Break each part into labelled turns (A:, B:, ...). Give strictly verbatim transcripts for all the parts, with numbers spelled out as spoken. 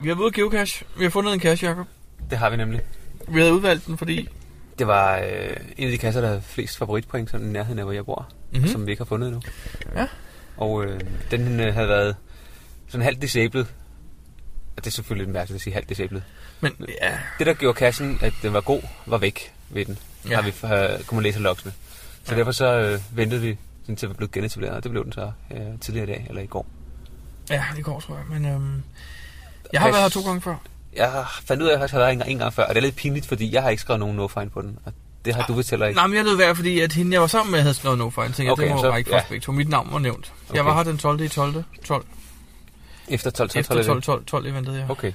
A: Vi har været ude geocache. Vi har fundet en cache, Jacob.
B: Det har vi nemlig.
A: Vi havde udvalgt den, fordi...
B: Det var øh, en af de kasser, der havde flest favoritpoint, sådan i nærheden af, hvor jeg bor, mm-hmm. som vi ikke har fundet endnu.
A: Ja.
B: Og øh, den øh, havde været sådan halvt disabled. Og det er selvfølgelig lidt mærkeligt at sige halvt disabled.
A: Men ja...
B: Det, der gjorde kassen, at den var god, var væk ved den. Ja. Har vi øh, kunne læse logsene. Så ja. Derfor så øh, ventede vi til at blive genetableret, og det blev den så øh, tidligere i dag, eller i går.
A: Ja, i går tror jeg, men øhm, jeg har Pas, været her to gange før.
B: Jeg har fandt ud af, at jeg har været her en, en gang før, og det er lidt pinligt, fordi jeg har ikke skrevet nogen no-find på den, og det har ja. du vist heller ikke.
A: Nej, men jeg lød værd, fordi at hende, jeg var sammen med, havde skrevet no-find, tænkte
B: okay,
A: jeg, det må
B: så,
A: jeg ikke
B: ja.
A: forspekt, mit navn var nævnt. Okay. Jeg var her den tolvte i tolvte tolv.
B: Efter tolv tolv
A: Efter tolv tolv tolv eventet, ja.
B: Okay.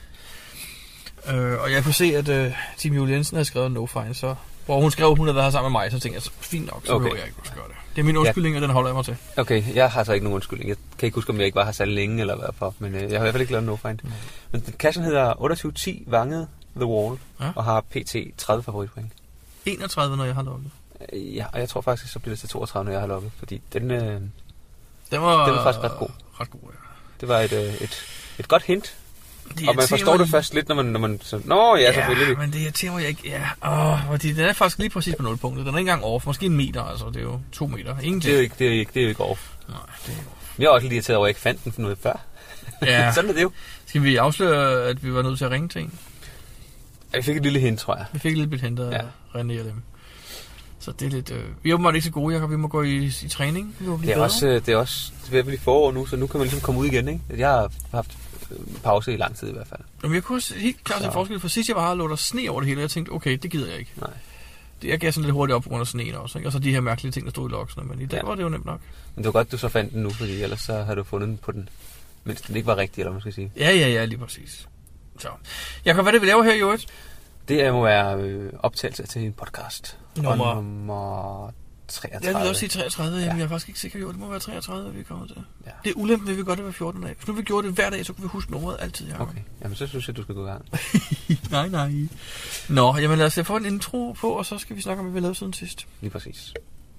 A: Øh, og jeg kunne se, at øh, Tim Julie Jensen havde skrevet no-find, så... Hvor hun skrev, at hun havde været her sammen med mig, så tænkte jeg, så fint nok, så okay. behøver jeg ikke huske det. Det er min undskyldning, ja. Og den holder jeg mig til.
B: Okay, jeg har så ikke nogen undskyldning. Jeg kan ikke huske, om jeg ikke var her så længe eller hvad for, men øh, jeg har i hvert fald ikke lavet no-find. Mm. Men kassen hedder otteogtyve ti Vanget The Wall, ja. Og har pt. tredive favoritpoint.
A: enogtredive, når jeg har lukket.
B: Ja, og jeg tror faktisk, så bliver det til toogtredive, når jeg har lukket, fordi den, øh, den,
A: var,
B: den var faktisk ret god.
A: Ret god, ja.
B: Det var et, øh, et, et godt hint.
A: Det
B: og man forstår det først lidt, når man... Når man så, Nå, ja,
A: ja,
B: selvfølgelig.
A: men det irriterer mig ikke. Ja, åh, fordi den er faktisk lige præcis på nulpunktet. Den er ikke engang off. Måske en meter, altså. Det er jo to meter. Ingenting.
B: Det er jo ikke, det er ikke, det er jo ikke off.
A: Nej, det er off.
B: Jeg er også lidt irriteret over, at jeg ikke fandt den for noget før.
A: Ja.
B: Sådan er det jo.
A: Skal vi afsløre, at vi var nødt til at ringe til en?
B: Ja, vi fik et lille hint, tror jeg.
A: Vi fik et lille bit hint af ja. René og dem. Så det er lidt... Øh... Vi er åbenbart ikke så gode, Jacob. Vi må gå i, i træning.
B: Det er, også, det er også... Det er ved at blive forår nu, så nu kan man ligesom komme ud igen, ikke? Jeg har haft pause i lang tid i hvert fald.
A: Jamen, jeg kunne også helt klart se forskel, for sidst jeg var her, lå der sne over det hele, og jeg tænkte, okay, det gider jeg ikke.
B: Nej.
A: Det, jeg gav sådan lidt hurtigt op på grund af sneen også, ikke? Og så de her mærkelige ting, der stod i loksene, men i dag ja. Var det jo nemt nok.
B: Men det var godt, du så fandt den nu, fordi ellers så havde du fundet den på den, mens den ikke var rigtig, eller man skal sige.
A: Ja, ja, ja, lige præcis. Så. Jakob, hvad er det, vi laver her i øvrigt?
B: Det må være øh, optagelse til en podcast.
A: Nummer...
B: nummer treogtredive.
A: Jeg vil også sige treogtredive, ja. Jeg er faktisk ikke sikker på, det må være treogtredive, vi er kommet til. Ja. Det er ulempe, vil vi godt, det var fjorten dage. Hvis nu vi gjorde det hver dag, så kunne vi huske nummeret altid. Jacob.
B: Okay, jamen så synes jeg, du skal gå i gang.
A: nej, nej. Nå, jamen lad os få en intro på, og så skal vi snakke om, hvad vi har lavet siden sidst.
B: Lige præcis.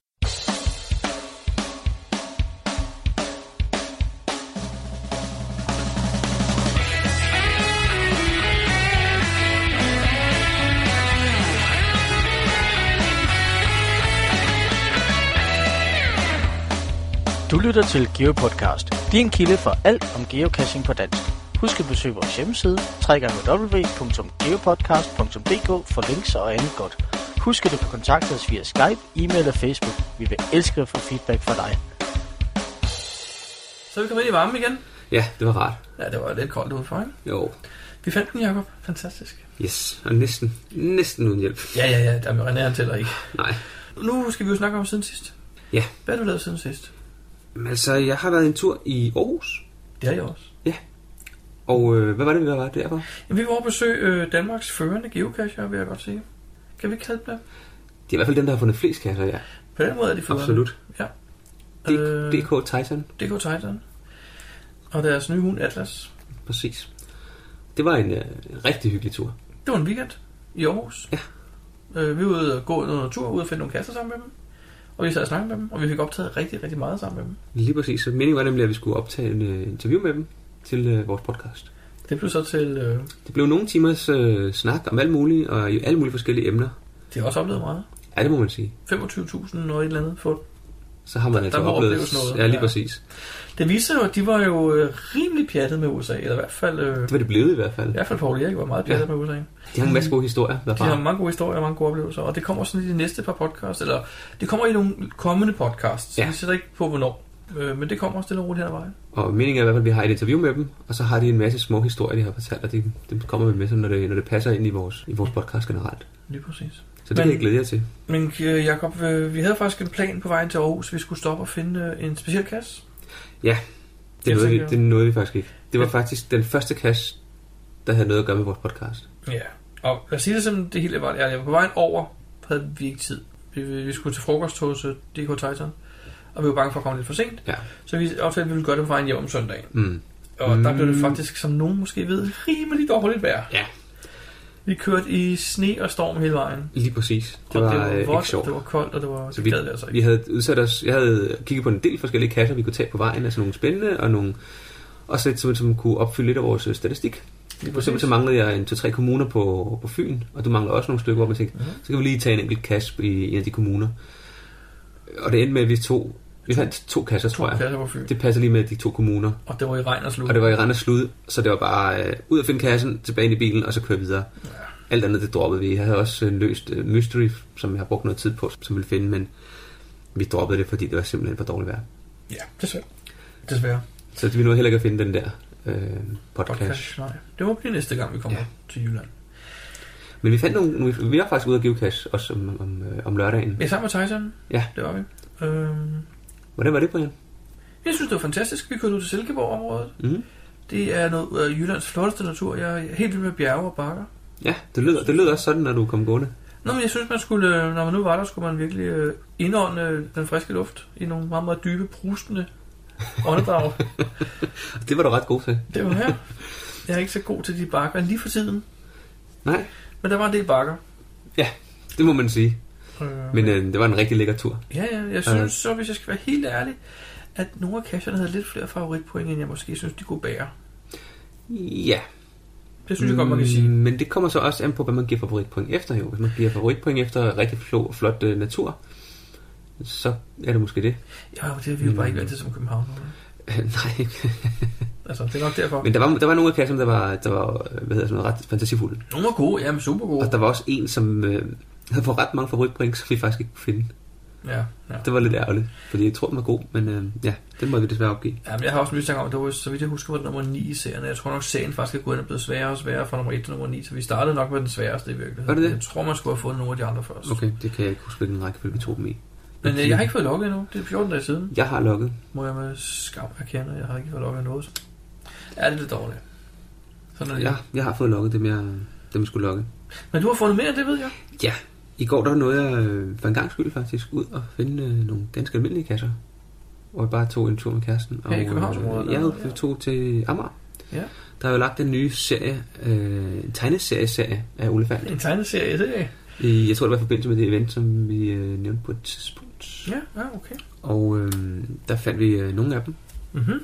C: Du lytter til GeoPodcast, din kilde for alt om geocaching på dansk. Husk at besøge vores hjemmeside, w w w punktum geopodcast punktum d k for links og andet godt. Husk at du kan kontakte os via Skype, e-mail og Facebook. Vi vil elske at få feedback fra dig.
A: Så er vi kommet ind i varmen igen.
B: Ja, det var rart.
A: Ja, det var lidt koldt udenfor, ikke?
B: Jo.
A: Vi fandt den, Jacob. Fantastisk.
B: Yes, og næsten, næsten uden hjælp.
A: Ja, ja, ja. Der er René, han tæller ikke.
B: Nej.
A: Nu skal vi jo snakke om siden sidst.
B: Ja.
A: Hvad har du lavet siden sidst?
B: Altså, jeg har været en tur i Aarhus.
A: Det har jeg også.
B: Ja. Og øh, hvad var det, vi var der for?
A: Jamen, vi var over at besøge øh, Danmarks førende geocacher, vil jeg godt sige. Kan vi ikke kalde dem?
B: Det er i hvert fald dem, der har fundet flest kasser, ja.
A: På den måde er de førende.
B: Absolut.
A: Ja.
B: D- øh, D K Titan.
A: D K Titan. Og deres nye hund, Atlas.
B: Præcis. Det var en øh, rigtig hyggelig tur.
A: Det var en weekend i Aarhus.
B: Ja.
A: Øh, vi var ude og gå noget tur, ude og finde nogle kasser sammen med dem. Og vi sad og snakkede med dem, og vi fik optaget rigtig, rigtig meget sammen med dem.
B: Lige præcis. Så meningen var nemlig, at vi skulle optage en uh, interview med dem til uh, vores podcast.
A: Det blev så til... Uh...
B: Det blev nogle timers uh, snak om alt muligt, og i alle mulige forskellige emner.
A: De har også oplevet meget.
B: Ja, det må man sige.
A: femogtyve tusind og et eller andet fund.
B: Så har man altså oplevet noget. Ja, lige ja. Præcis.
A: Det viste jo, at de var jo øh, rimelig pjattet med U S A, eller i hvert fald... Øh,
B: det var det blevet i hvert fald.
A: I hvert fald Paul Erik var meget pjattet ja. med U S A.
B: De har en masse gode historier.
A: De har mange gode historier og mange gode oplevelser, og det kommer sådan i de næste par podcasts, eller det kommer i nogle kommende podcasts, ja. Så vi sætter ikke på, hvornår. Øh, men det kommer også stille og roligt hen ad vejen.
B: Og meningen er i hvert fald, at vi har et interview med dem, og så har de en masse små historier, de har fortalt, og de, de kommer vi med, sådan, når, det, når det passer ind i vores, i vores podcast generelt.
A: Lige præcis.
B: Så det men, kan jeg glæde jer til.
A: Men Jacob, vi havde faktisk en plan på vejen til Aarhus. Vi skulle stoppe og finde en speciel kasse.
B: Ja, det nåede, vi, det nåede vi faktisk ikke. Det var ja. faktisk den første kasse, der havde noget at gøre med vores podcast.
A: Ja, og lad os sige det som det hele var. Jeg var på vejen over, havde vi ikke tid. Vi, vi skulle til frokost hos D K Titan, og vi var bange for at komme lidt for sent. Ja. Så vi aftalte, at vi ville gøre det på vejen hjem om søndagen. Mm. Og mm. der blev det faktisk, som nogen måske ved, rimelig dårligt vejr. Ja. Vi kørte i sne og storm hele vejen.
B: Lige præcis. Det
A: og
B: var,
A: det var
B: ikke
A: vådt,
B: sjovt.
A: Det var koldt, og det var...
B: Så vi, det altså ikke. vi havde udsat os... Jeg havde kigget på en del forskellige kasser, vi kunne tage på vejen. Altså nogle spændende, og nogle... Også lidt, som, som kunne opfylde lidt af vores statistik. For eksempel så manglede jeg en to-tre kommuner på, på Fyn, og du mangler også nogle stykker, hvor man tænkte, mm-hmm. så kan vi lige tage en enkelt kasse i en af de kommuner. Og det endte med, at vi to, vi fandt to kasser, to tror jeg.
A: Kasser på Fyn.
B: Det passer lige med de to kommuner.
A: Og det var i regn og slud.
B: Og det var i regn og slud, så det var bare øh, ud at finde kassen, tilbage ind i bilen, og så køre videre. Ja. Alt andet, det droppede vi. Jeg havde også øh, løst øh, Mystery, som jeg har brugt noget tid på, som ville finde, men vi droppede det, fordi det var simpelthen for dårligt vejr.
A: Ja, desværre. Desværre.
B: Så vi nåede heller ikke at finde den der øh, podcast. podcast.
A: Nej, det må blive næste gang, vi kommer ja. til Jylland.
B: Men vi fandt nogle, vi var faktisk ude af geocache, også om, om, om lørdagen.
A: Ja, sammen med Tyson.
B: Ja.
A: Det var vi. Øhm...
B: Hvordan var det, Brian?
A: Jeg synes, det var fantastisk. Vi kørte ud til Silkeborg-området.
B: Mm.
A: Det er noget af Jyllands flotteste natur. Jeg er helt vild med bjerge og bakker.
B: Ja, det lyder, det lyder også sådan, når du kom gående.
A: Nå, men jeg synes, man skulle, når man nu var der, skulle man virkelig indånde den friske luft i nogle meget, meget dybe, prustende åndedrag.
B: Det var du ret god til.
A: Det var her. Jeg er ikke så god til de bakker lige for tiden.
B: Nej.
A: Men der var en del bakker.
B: Ja, det må man sige.
A: Øh,
B: men øh, det var en rigtig lækker tur.
A: Ja, ja. Jeg synes øh. så, hvis jeg skal være helt ærlig, at nogle af cacherne havde lidt flere favoritpoint, end jeg måske synes, de kunne bære.
B: Ja.
A: Det synes jeg godt, man kan sige.
B: Men det kommer så også an på, hvad man giver favoritpoint efter. Jo. Hvis man giver favoritpoint efter rigtig flot, flot uh, natur, så er det måske det.
A: Ja, det har vi jo mm. bare ikke været til som København.
B: Nej.
A: Altså, det er nok derfor.
B: Men der var, der var nogle af kasserne, der var, der var hvad hedder sådan noget, ret fantasifulde.
A: Nogle var gode, ja, men super gode.
B: Og der var også en, som øh, havde fået ret mange favoritpoint, som vi faktisk ikke kunne finde.
A: Ja, ja.
B: Det var lidt ærgerligt, fordi jeg tror, den var god, men øh, ja, den må vi desværre opgive.
A: Ja, men jeg har også en mistanke om, at det var, så vidt jeg husker, var det nummer ni i serien. Jeg tror nok, serien faktisk er gået ind og blevet sværere og sværere fra nummer et til nummer ni, så vi startede nok med den sværeste i virkeligheden.
B: Var det det?
A: Jeg tror, man skulle have fået nogle af de andre først.
B: Okay, det kan jeg ikke huske, hvilken rækkefølge vi tog dem i.
A: Men øh, jeg har ikke fået logget endnu. Det er fjorten dage siden.
B: Jeg har logget.
A: Må jeg med skam erkende, jeg har ikke fået logget noget. Ja, det er lidt dårligt. Sådan er det.
B: Ja, jeg har fået logget dem, jeg, dem jeg skulle logge.
A: Men du har fundet mere end det, ved jeg?
B: Ja. I går der nåede jeg øh, for en gang skyld faktisk ud og finde øh, nogle ganske almindelige kasser. Og jeg bare tog en tur med kæresten.
A: Her i Københavnsområdet?
B: Øh, jeg ja. tog til Amager.
A: Ja.
B: Der er jo lagt en ny serie, øh, en tegneserie-serie af Ole Falk.
A: En tegneserie, det er
B: I, jeg tror, det var i forbindelse med det event, som vi øh, nævnte på et tidspunkt.
A: Ja, ja, okay.
B: Og øh, der fandt vi øh, nogle af dem.
A: Mhm.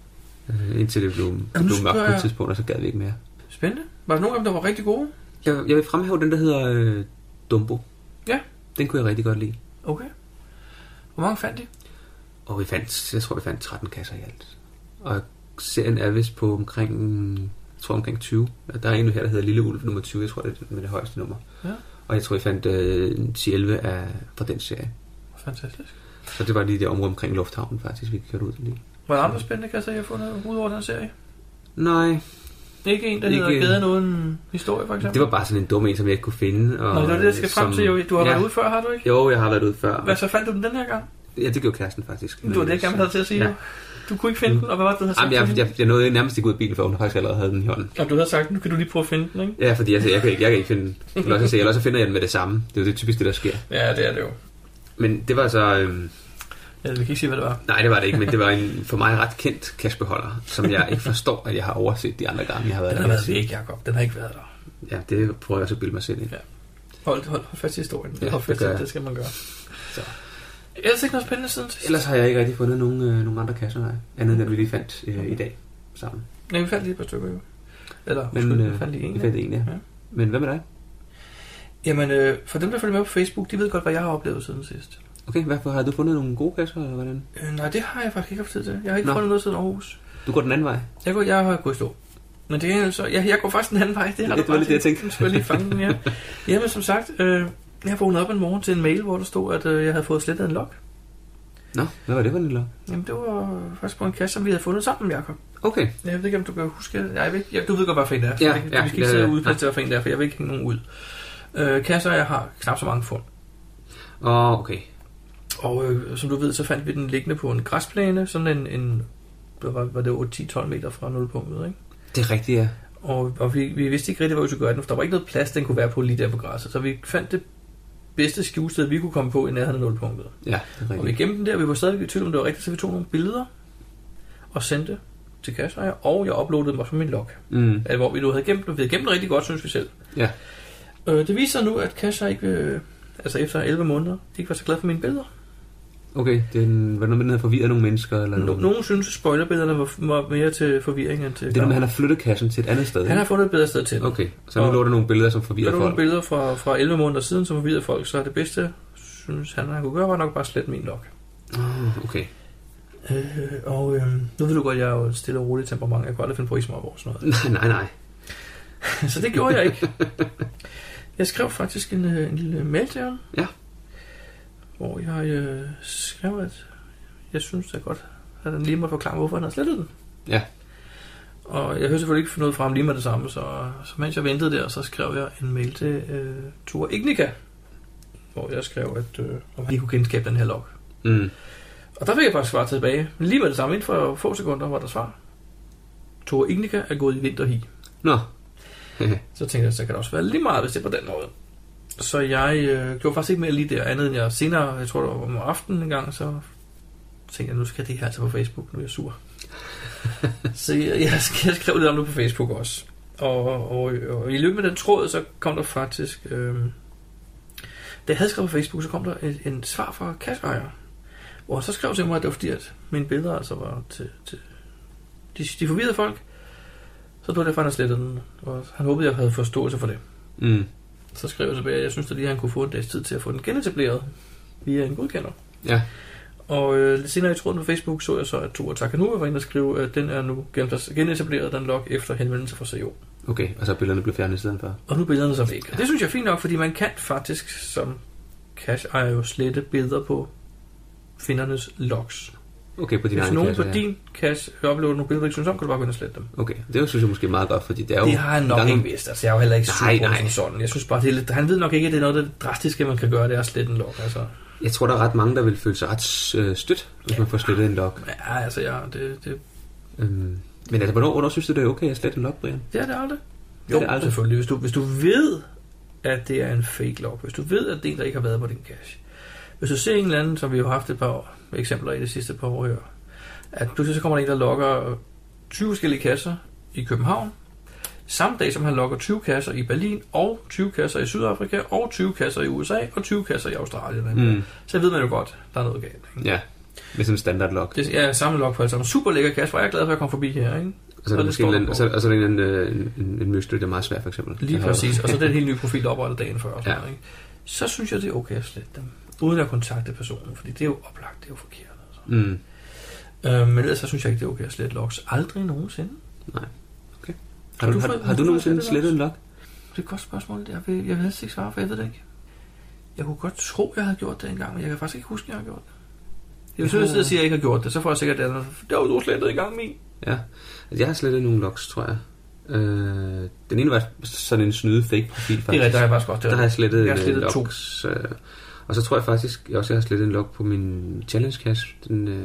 B: Øh, indtil det blev, det blev mørkt på et tidspunkt, og så gad vi ikke mere.
A: Spændende. Var der nogle af dem, der var rigtig gode?
B: Jeg, jeg vil fremhæve den, der hedder øh, Dumbo.
A: Ja.
B: Den kunne jeg rigtig godt lide.
A: Okay. Hvor mange fandt de?
B: Og vi fandt, jeg tror, vi fandt tretten kasser i alt. Og serien er vist på omkring, jeg tror omkring tyve. Der er en her, der hedder Lille Ulv nummer tyve. Jeg tror, det er med det højeste nummer.
A: Ja.
B: Og jeg tror, vi fandt øh, ti elleve af, fra den serie.
A: Fantastisk.
B: Så det var lige det område omkring Lufthavnen, faktisk, vi kørte ud lige.
A: Var der andre spændende kasser, jeg har fundet ud over den serie?
B: Nej.
A: Ikke en, der ikke... hedder Gaden uden historie, for eksempel?
B: Det var bare sådan en dum en, som jeg ikke kunne finde. Og
A: Nå, det er det, jeg skal frem
B: som...
A: til. Jo. Du har
B: ja.
A: været ude før, har du ikke?
B: Jo, jeg har været ude før.
A: Hvad så fandt du den den her gang?
B: Ja, det gjorde kæresten faktisk.
A: Du var det, jeg gerne havde til at sige. Ja. Du kunne ikke finde mm. den, og hvad var det, du havde sagt?
B: Jamen, jeg, jeg, jeg nåede nærmest ikke ud af bilen, for hun faktisk allerede havde den i hånden.
A: Og du havde sagt, nu kan du lige prøve at finde den, ikke?
B: Ja, fordi altså, jeg, kan ikke, jeg kan ikke finde den. Eller også, eller også finder jeg den med det samme. Det er jo det typisk det, der sker.
A: Ja, det er det jo.
B: Men det var så... Øhm...
A: Ja, vi kan ikke sige, hvad det var.
B: Nej, det var det ikke, men det var en for mig ret kendt cashbeholder, som jeg ikke forstår, at jeg har overset de andre gange, jeg har været
A: der. Den har været væk, Jacob. Den har ikke været der.
B: Ja, det prøver jeg også at bilde mig selv ind.
A: Ja. Hold, hold, hold fast i historien.
B: Ja,
A: hold fast
B: det,
A: det, det skal man gøre.
B: Så.
A: Ellers ikke noget spændende siden sidst.
B: Ellers har jeg ikke rigtig fundet nogen, øh, nogen andre kasser, nej. Andet end at vi lige fandt øh, i dag sammen.
A: Nej, vi fandt lige et par stykker jo. Eller,
B: men,
A: måske,
B: øh,
A: vi fandt lige en.
B: Vi fandt en, ja. ja. Men hvad med dig?
A: Jamen, øh, for dem, der følger med på Facebook, de ved godt, hvad jeg har oplevet siden sidst.
B: Okay, hvorfor har du fundet nogle gode kasser, eller hvordan?
A: Øh, nej, det har jeg faktisk ikke haft tid til. Jeg har ikke
B: Nå.
A: fundet noget siden Aarhus.
B: Du går den anden vej?
A: Jeg går, jeg har gået i stå. Men det er altså, jeg, jeg går faktisk den anden vej. Det har
B: det var lidt det, jeg tænkte.
A: Nu skal jeg lige fange den, ja. Jamen, som sagt, øh, jeg har vågnet op en morgen til en mail, hvor der stod, at øh, jeg havde fået slettet en log.
B: Nå, hvad var det for en log?
A: Jamen, det var faktisk på en kasse, som vi havde fundet sammen med Jacob.
B: Okay.
A: Jeg ved ikke, om du kan huske det. Nej, jeg ved, jeg, du ved godt, hvad for en det er.
B: Ja,
A: jeg,
B: ja,
A: vi skal ikke
B: ja,
A: sidde
B: ja,
A: og udpræstere, hvad for en det er, for jeg vil ikke hænge nogen ud. Øh, kasser, jeg har knap så mange fund.
B: Åh, oh, okay.
A: Og øh, som du ved, så fandt vi den liggende på en græsplæne, sådan en, en var, var det otte ti tolv meter fra nulpunktet, ikke?
B: Det er rigtigt, ja.
A: Og, og vi, vi vidste ikke rigtig, hvor vi skulle gøre den, for der var ikke noget plads, den kunne være på lige der på græsset. Så vi fandt det bedste skjulsted, vi kunne komme på i nærheden af nulpunktet.
B: Ja, det er rigtigt.
A: Og vi gemte den der, vi var stadig i tvivl, om det var rigtigt, så vi tog nogle billeder og sendte til kasseejer, og jeg uploadede dem også på min log.
B: Mm.
A: Altså, hvor vi nu havde gemt den. Vi havde gemt den rigtig godt, synes vi selv.
B: Ja.
A: Øh, det viser sig nu, at kasseejer ikke, øh, altså efter elleve måneder, ikke var så glad for mine billeder.
B: Okay, det er en, hvad noget med, den havde forvirret nogle mennesker? Eller
A: no,
B: nogen?
A: Nogen synes, at spoilerbillederne var, var mere til forvirring end til...
B: Det er når han har flyttet kassen til et andet sted?
A: Han har fundet et bedre sted til.
B: Okay, så nu og lå der nogle billeder, som forvirrer folk?
A: Der er nogle billeder fra, fra elleve måneder siden, som forvirrer folk, så det bedste, synes han, han kunne gøre, var nok bare slet min log.
B: Oh, okay.
A: Øh, og øh, nu ved du godt, jeg er jo stille og roligt temperament. Jeg kunne aldrig finde på ismop over sådan noget.
B: Nej, nej, nej.
A: Så det gjorde jeg ikke. Jeg skrev faktisk en, en lille mail til ham.
B: Ja.
A: Hvor jeg øh, skrev, at jeg synes det er godt, at han lige må forklare, hvorfor han har slettet den.
B: Ja. Og
A: jeg hørte selvfølgelig ikke noget fra ham lige med det samme, så, så mens jeg ventede der, så skrev jeg en mail til øh, Tor Ignica, hvor jeg skrev, at øh, om han kunne genskabe den her log.
B: Mm.
A: Og der fik jeg faktisk svar tilbage. Men lige med det samme, inden for få sekunder, var der svar. Tor Ignica er gået i vinterhi.
B: Nå.
A: Så tænkte jeg, så kan det også være lige meget, hvis det er på den måde. Så jeg øh, gjorde faktisk ikke mere lige der, andet end jeg senere, jeg tror det var om aftenen en gang, så tænkte jeg, nu skal det her altså på Facebook, nu er jeg sur. Så jeg, jeg, jeg skrev lidt om det på Facebook også. Og, og, og i løbet af den tråd, så kom der faktisk, øh, da jeg havde skrevet på Facebook, så kom der et, en svar fra Kasper, hvor han så skrev til mig, at det var fordi, at mine billeder altså var til, til de, de forvirrede folk. Så blev det faktisk slettet den, og han håbede, jeg havde forståelse for det.
B: Mm.
A: Så skrev jeg tilbage, at jeg synes, at lige han kunne få en dags tid til at få den genetableret via en godkender.
B: Ja.
A: Og øh, lidt senere i tråden på Facebook så jeg så, at Tor Takanua var inde og skrive, at den er nu genetableret, den log, efter henvendelse fra C O.
B: Okay, og så er billederne blevet fjernet i stedet for?
A: Og nu er billederne så væk. Og det synes jeg er fint nok, fordi man kan faktisk som cache-ejer jo slette billeder på findernes logs.
B: Okay, på din
A: Hvis
B: egen
A: nogen
B: cache,
A: på
B: ja.
A: din cache oplever nogle billeder, du ikke synes om, kan du bare gå ind og slette dem.
B: Okay, det synes jeg måske meget godt, fordi det er jo...
A: Det har han nok
B: gange...
A: ikke vidst, altså jeg er jo heller ikke
B: nej,
A: super
B: nej.
A: som sådan. Jeg synes bare, det er lidt... han ved nok ikke, at det er noget af det drastiske, man kan gøre, det er at slette en log, altså.
B: Jeg tror, der er ret mange, der vil føle sig ret øh, stødt, hvis man får slettet en log.
A: Ja, altså ja, det... det...
B: Øhm, men altså, hvornår, hvornår synes du, det er okay at slette en log, Brian?
A: Det er det aldrig.
B: Det
A: Jo,
B: er det aldrig.
A: selvfølgelig. Hvis du, hvis du ved, at det er en fake log, hvis du ved, at det er en, der ikke har været på din cache, hvis du ser en eller anden, som vi har haft et par år, eksempler i det sidste par år her, at pludselig så kommer der en, der logger tyve forskellige kasser i København, samme dag som han logger tyve kasser i Berlin, og tyve kasser i Sydafrika, og tyve kasser i U S A, og tyve kasser i Australien. Mm. Så ved man jo godt, der er noget galt. Ikke?
B: Ja, med sådan en standard log.
A: Det er samme log på, altså en super lækker kasse, hvor jeg er glad for, at jeg kom forbi her. Ikke?
B: Og så er der måske en, og så, og så er der en, en, en, en mystery, der er meget svær, for eksempel.
A: Lige præcis, og så er det en helt ny profil, der oprettet dagen før. Og sådan, ja. Ikke? Så synes jeg, det er okay at slette dem, uden at kontakte personen, fordi det er jo oplagt, det er jo forkert. Altså.
B: Mm.
A: Øh, men ellers så synes jeg ikke, det er okay at slette logs. Aldrig nogensinde.
B: Nej. Okay. Har, har du, har, har du nogensinde slettet en log?
A: Det er et godt spørgsmål. Jeg vil, jeg vil helst ikke svare, for jeg ved det ikke. Jeg kunne godt tro, jeg havde gjort det engang, men jeg kan faktisk ikke huske, at jeg har gjort det. Jeg vil selvfølgelig sige, at jeg ikke har gjort det, så får jeg sikkert det. Det var du slettet i gang min.
B: Ja, altså, jeg har slettet nogle logs, tror jeg. Øh, den ene var sådan en snyde fake profil, faktisk.
A: Det er rigtigt, der har jeg faktisk godt.
B: Der har jeg slettet,
A: jeg har slettet
B: logs. Øh, og så tror jeg faktisk jeg også, jeg har slettet en log på min challenge cache. Den, øh,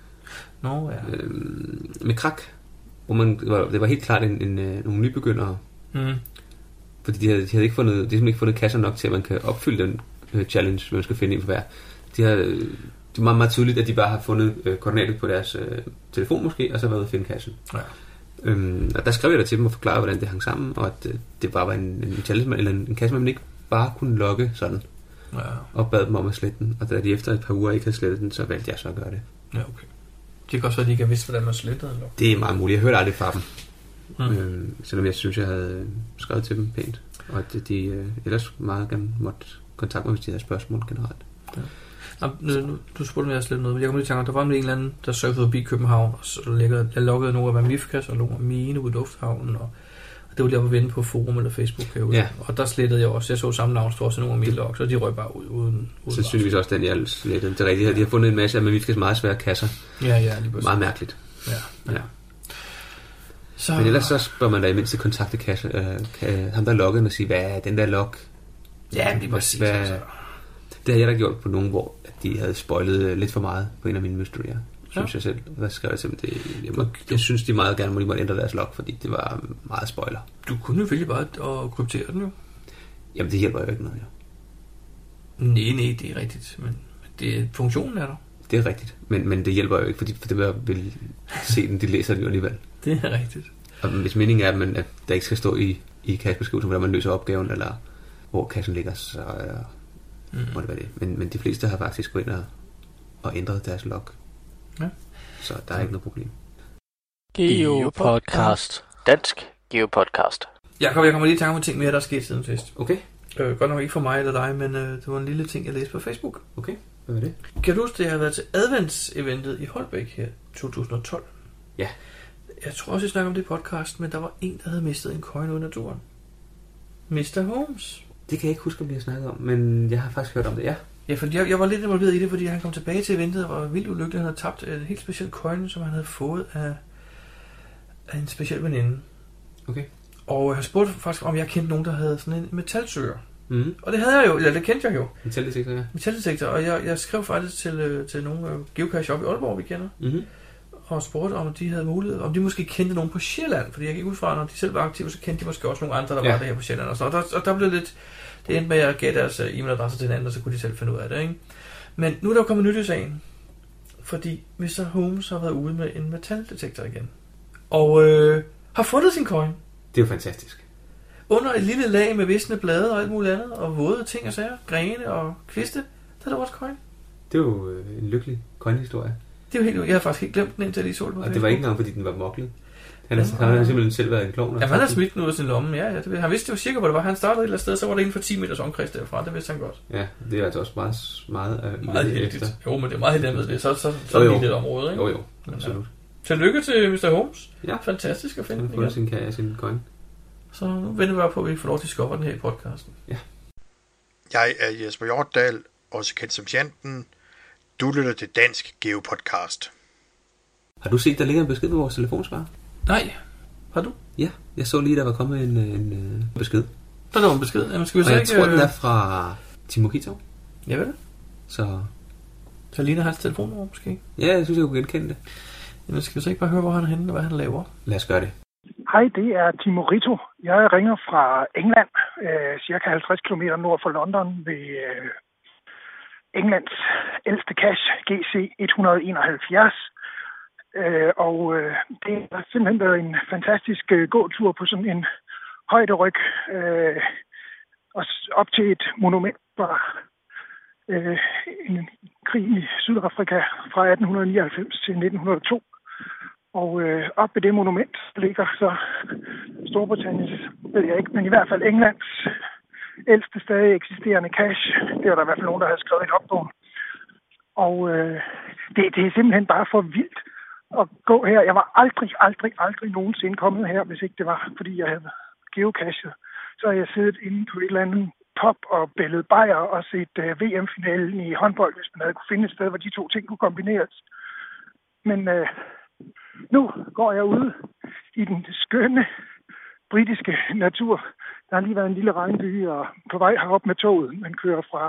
A: Nå, ja.
B: øh, med krak. Hvor man, det, var, det var helt klart en, en, en, nogle nybegyndere.
A: Mm.
B: Fordi de havde, de havde ikke fundet, de havde simpelthen ikke fundet kasser nok til, at man kan opfylde den øh, challenge, man skal finde en for hver. De har, det er meget, meget tydeligt, at de bare har fundet øh, koordinatet på deres øh, telefon måske, og så været ude at finde kassen.
A: Ja.
B: Øhm, og der skrev jeg der til dem og forklarede, hvordan det hang sammen, og at øh, det bare var en, en challenge, eller en, en kasse, man ikke bare kunne logge sådan,
A: Ja.
B: og bad dem om at slette den. Og da de efter et par uger ikke havde slettet den, så valgte jeg så at gøre det.
A: Ja, okay. Det kan også være, at de ikke har vidst, hvordan man slettede en log.
B: Det er meget muligt. Jeg hørte aldrig fra dem.
A: Mm.
B: Øhm, selvom jeg synes, jeg havde skrevet til dem pænt. Og at de øh, ellers meget gerne måtte kontakte mig, hvis de havde spørgsmål generelt.
A: Ja. Nå, nu, du spurgte mig, at jeg slettede noget. Jeg kom lige i tanke, der var en eller anden, der surfede forbi København, og så lækkede, jeg loggede nogle af Mamifkas og nogle af mine ude i lufthavnen, og, og det var lige op at vende på forum eller Facebook herude.
B: Ja.
A: Og der slettede jeg også. Jeg så samme navn, stod også nogle af mine logs, og de røg bare ud uden, uden
B: Sandsynligvis også den, jeg slettede. Det er rigtigt. Ja. De har fundet en masse af Mamifkas meget svære kasser.
A: Ja, ja, lige præcis.
B: Meget mærkeligt.
A: Ja, ja.
B: Ja.
A: Så...
B: Men ellers så bør man da i mindst kontakte kasse, øh, ham der loggede og sige, hvad er den der log?
A: Ja, lige præcis.
B: Hvad,
A: altså.
B: det har jeg da gjort på nogen, hvor de havde spoilet lidt for meget på en af mine mysterier, synes
A: ja.
B: jeg selv. Hvad skrev jeg til dem? Det, jeg, må, jeg synes, de meget gerne må, de måtte ændre deres log, fordi det var meget spoiler.
A: Du kunne jo vælge bare at kryptere den jo.
B: Jamen, det hjælper jo ikke noget, jo.
A: Nej, nej, det er rigtigt, men det, funktionen er der.
B: Det er rigtigt, men, men det hjælper jo ikke, fordi for det der vil se den, de læser det jo alligevel.
A: Det er rigtigt.
B: Og hvis meningen er, at, man, at der ikke skal stå i, i kassebeskrivelsen, hvordan man løser opgaven, eller hvor kassen ligger, så øh, mm. må det være det. Men, men de fleste har faktisk gået ind og, og ændret deres log.
A: Ja.
B: Så der er ikke noget problem.
C: GeoPodcast. Dansk GeoPodcast.
A: Jakob, jeg kommer lige i tanke om en ting mere, der er sket siden sidst.
B: Okay.
A: Øh, godt nok ikke for mig eller dig, men øh, det var en lille ting, jeg læste på Facebook.
B: Okay, hvad var det?
A: Kan du huske, det har været til advents-eventet i Holbæk her to tusind og tolv?
B: Ja.
A: Jeg tror også, jeg snakker om det i podcast, men der var en, der havde mistet en coin ud af naturen. mister Holmes.
B: Det kan jeg ikke huske, om vi har snakket om, men jeg har faktisk hørt om det, ja.
A: Ja, for jeg, jeg var lidt involveret i det, fordi han kom tilbage til eventet og var vildt ulykkelig. Han havde tabt en helt speciel coin, som han havde fået af, af en speciel veninde.
B: Okay.
A: Og jeg spurgte faktisk, om jeg kendte nogen, der havde sådan en metalsøger.
B: Mm.
A: Og det havde jeg jo, eller det kendte jeg jo.
B: Metaldetektor, ja.
A: Metaldetektor, og jeg, jeg skrev faktisk til, til nogle geocache op i Aalborg, vi kender.
B: Mm-hmm.
A: Og spurgte, om de havde mulighed, om de måske kendte nogen på Sjælland, fordi jeg gik ud fra, når de selv var aktive, så kendte de måske også nogle andre, der ja. var der her på Sjælland. Og, så, og, der, og der blev lidt, det endte med, at jeg gav deres e-mailadresse til hinanden, og så kunne de selv finde ud af det, ikke? Men nu er der jo kommet nyt i sagen, fordi mister Holmes har været ude med en metaldetektor igen. Og øh, har fundet sin coin.
B: Det er jo fantastisk.
A: Under et lille lag med visne blade og alt muligt andet, og våde ting og sager, grene og kviste, der er der vores coin.
B: Det er jo øh, en lykkelig coin-historie.
A: Det er jo helt, jeg har faktisk helt glemt den, indtil jeg lige så det på
B: Og
A: Facebook.
B: det var ikke engang, fordi den var moklet. Han har, han har simpelthen selv været en klovn.
A: Ja, han har smidt den ud af sin lomme, ja, ja. Det, han vidste jo cirka, hvor det var. Han startede et eller andet sted, så var det inden for ti meters omkreds derfra. Det vidste han godt.
B: Ja, det er altså også meget, meget, uh,
A: meget heldigt. Jo, men det er meget heldigt med det. Så, så, så
B: jo,
A: er
B: jo.
A: det lidt område, ikke?
B: Jo, jo, absolut.
A: Ja. Tillykke til mister Holmes.
B: Ja.
A: Fantastisk at finde
B: den. Han har fundet sin, sin coin.
A: Så nu venter vi bare på, at vi får lov til at skubbe den her i podcasten.
B: Ja.
D: Jeg er Jesper Hjortdal, også kendt som Janten. Du lytter til Dansk GeoPodcast.
B: Har du set, der ligger en besked på vores telefonsvarer?
A: Nej. Har du?
B: Ja, jeg så lige, der var kommet en, en, en besked.
A: Der var en besked. Jamen, skal vi
B: og
A: så
B: jeg
A: ikke,
B: tror,
A: øh...
B: den er fra Timo Kitov.
A: Ja, vel?
B: Så...
A: Så ligner hans telefonnummer måske?
B: Ja, jeg synes, jeg kunne genkende det.
A: Jamen, skal vi så ikke bare høre, hvor han er henne og hvad han laver?
B: Lad os gøre det.
E: Hej, det er Timo Rito. Jeg ringer fra England, øh, cirka halvtreds kilometer nord for London ved øh, Englands ældste cache, G C et hundrede enoghalvfjerds. Øh, og øh, det har simpelthen været en fantastisk øh, gåtur på sådan en højderyg øh, og op til et monument fra øh, en krig i Sydafrika fra atten nioghalvfems til nitten hundrede og to. Og øh, op ved det monument ligger så Storbritanniens, ved jeg ikke, men i hvert fald Englands ældste stadig eksisterende cache. Det var der i hvert fald nogen, der havde skrevet et op på. Og øh, det, det er simpelthen bare for vildt at gå her. Jeg var aldrig, aldrig, aldrig nogensinde kommet her, hvis ikke det var, fordi jeg havde geocachet. Så har jeg siddet inde på et eller andet pop og bællet bajer og set øh, V M-finalen i håndbold, hvis man havde kunne finde et sted, hvor de to ting kunne kombineres. Men øh, nu går jeg ude i den skønne britiske natur. Der har lige været en lille regnby, og på vej herop med toget. Man kører fra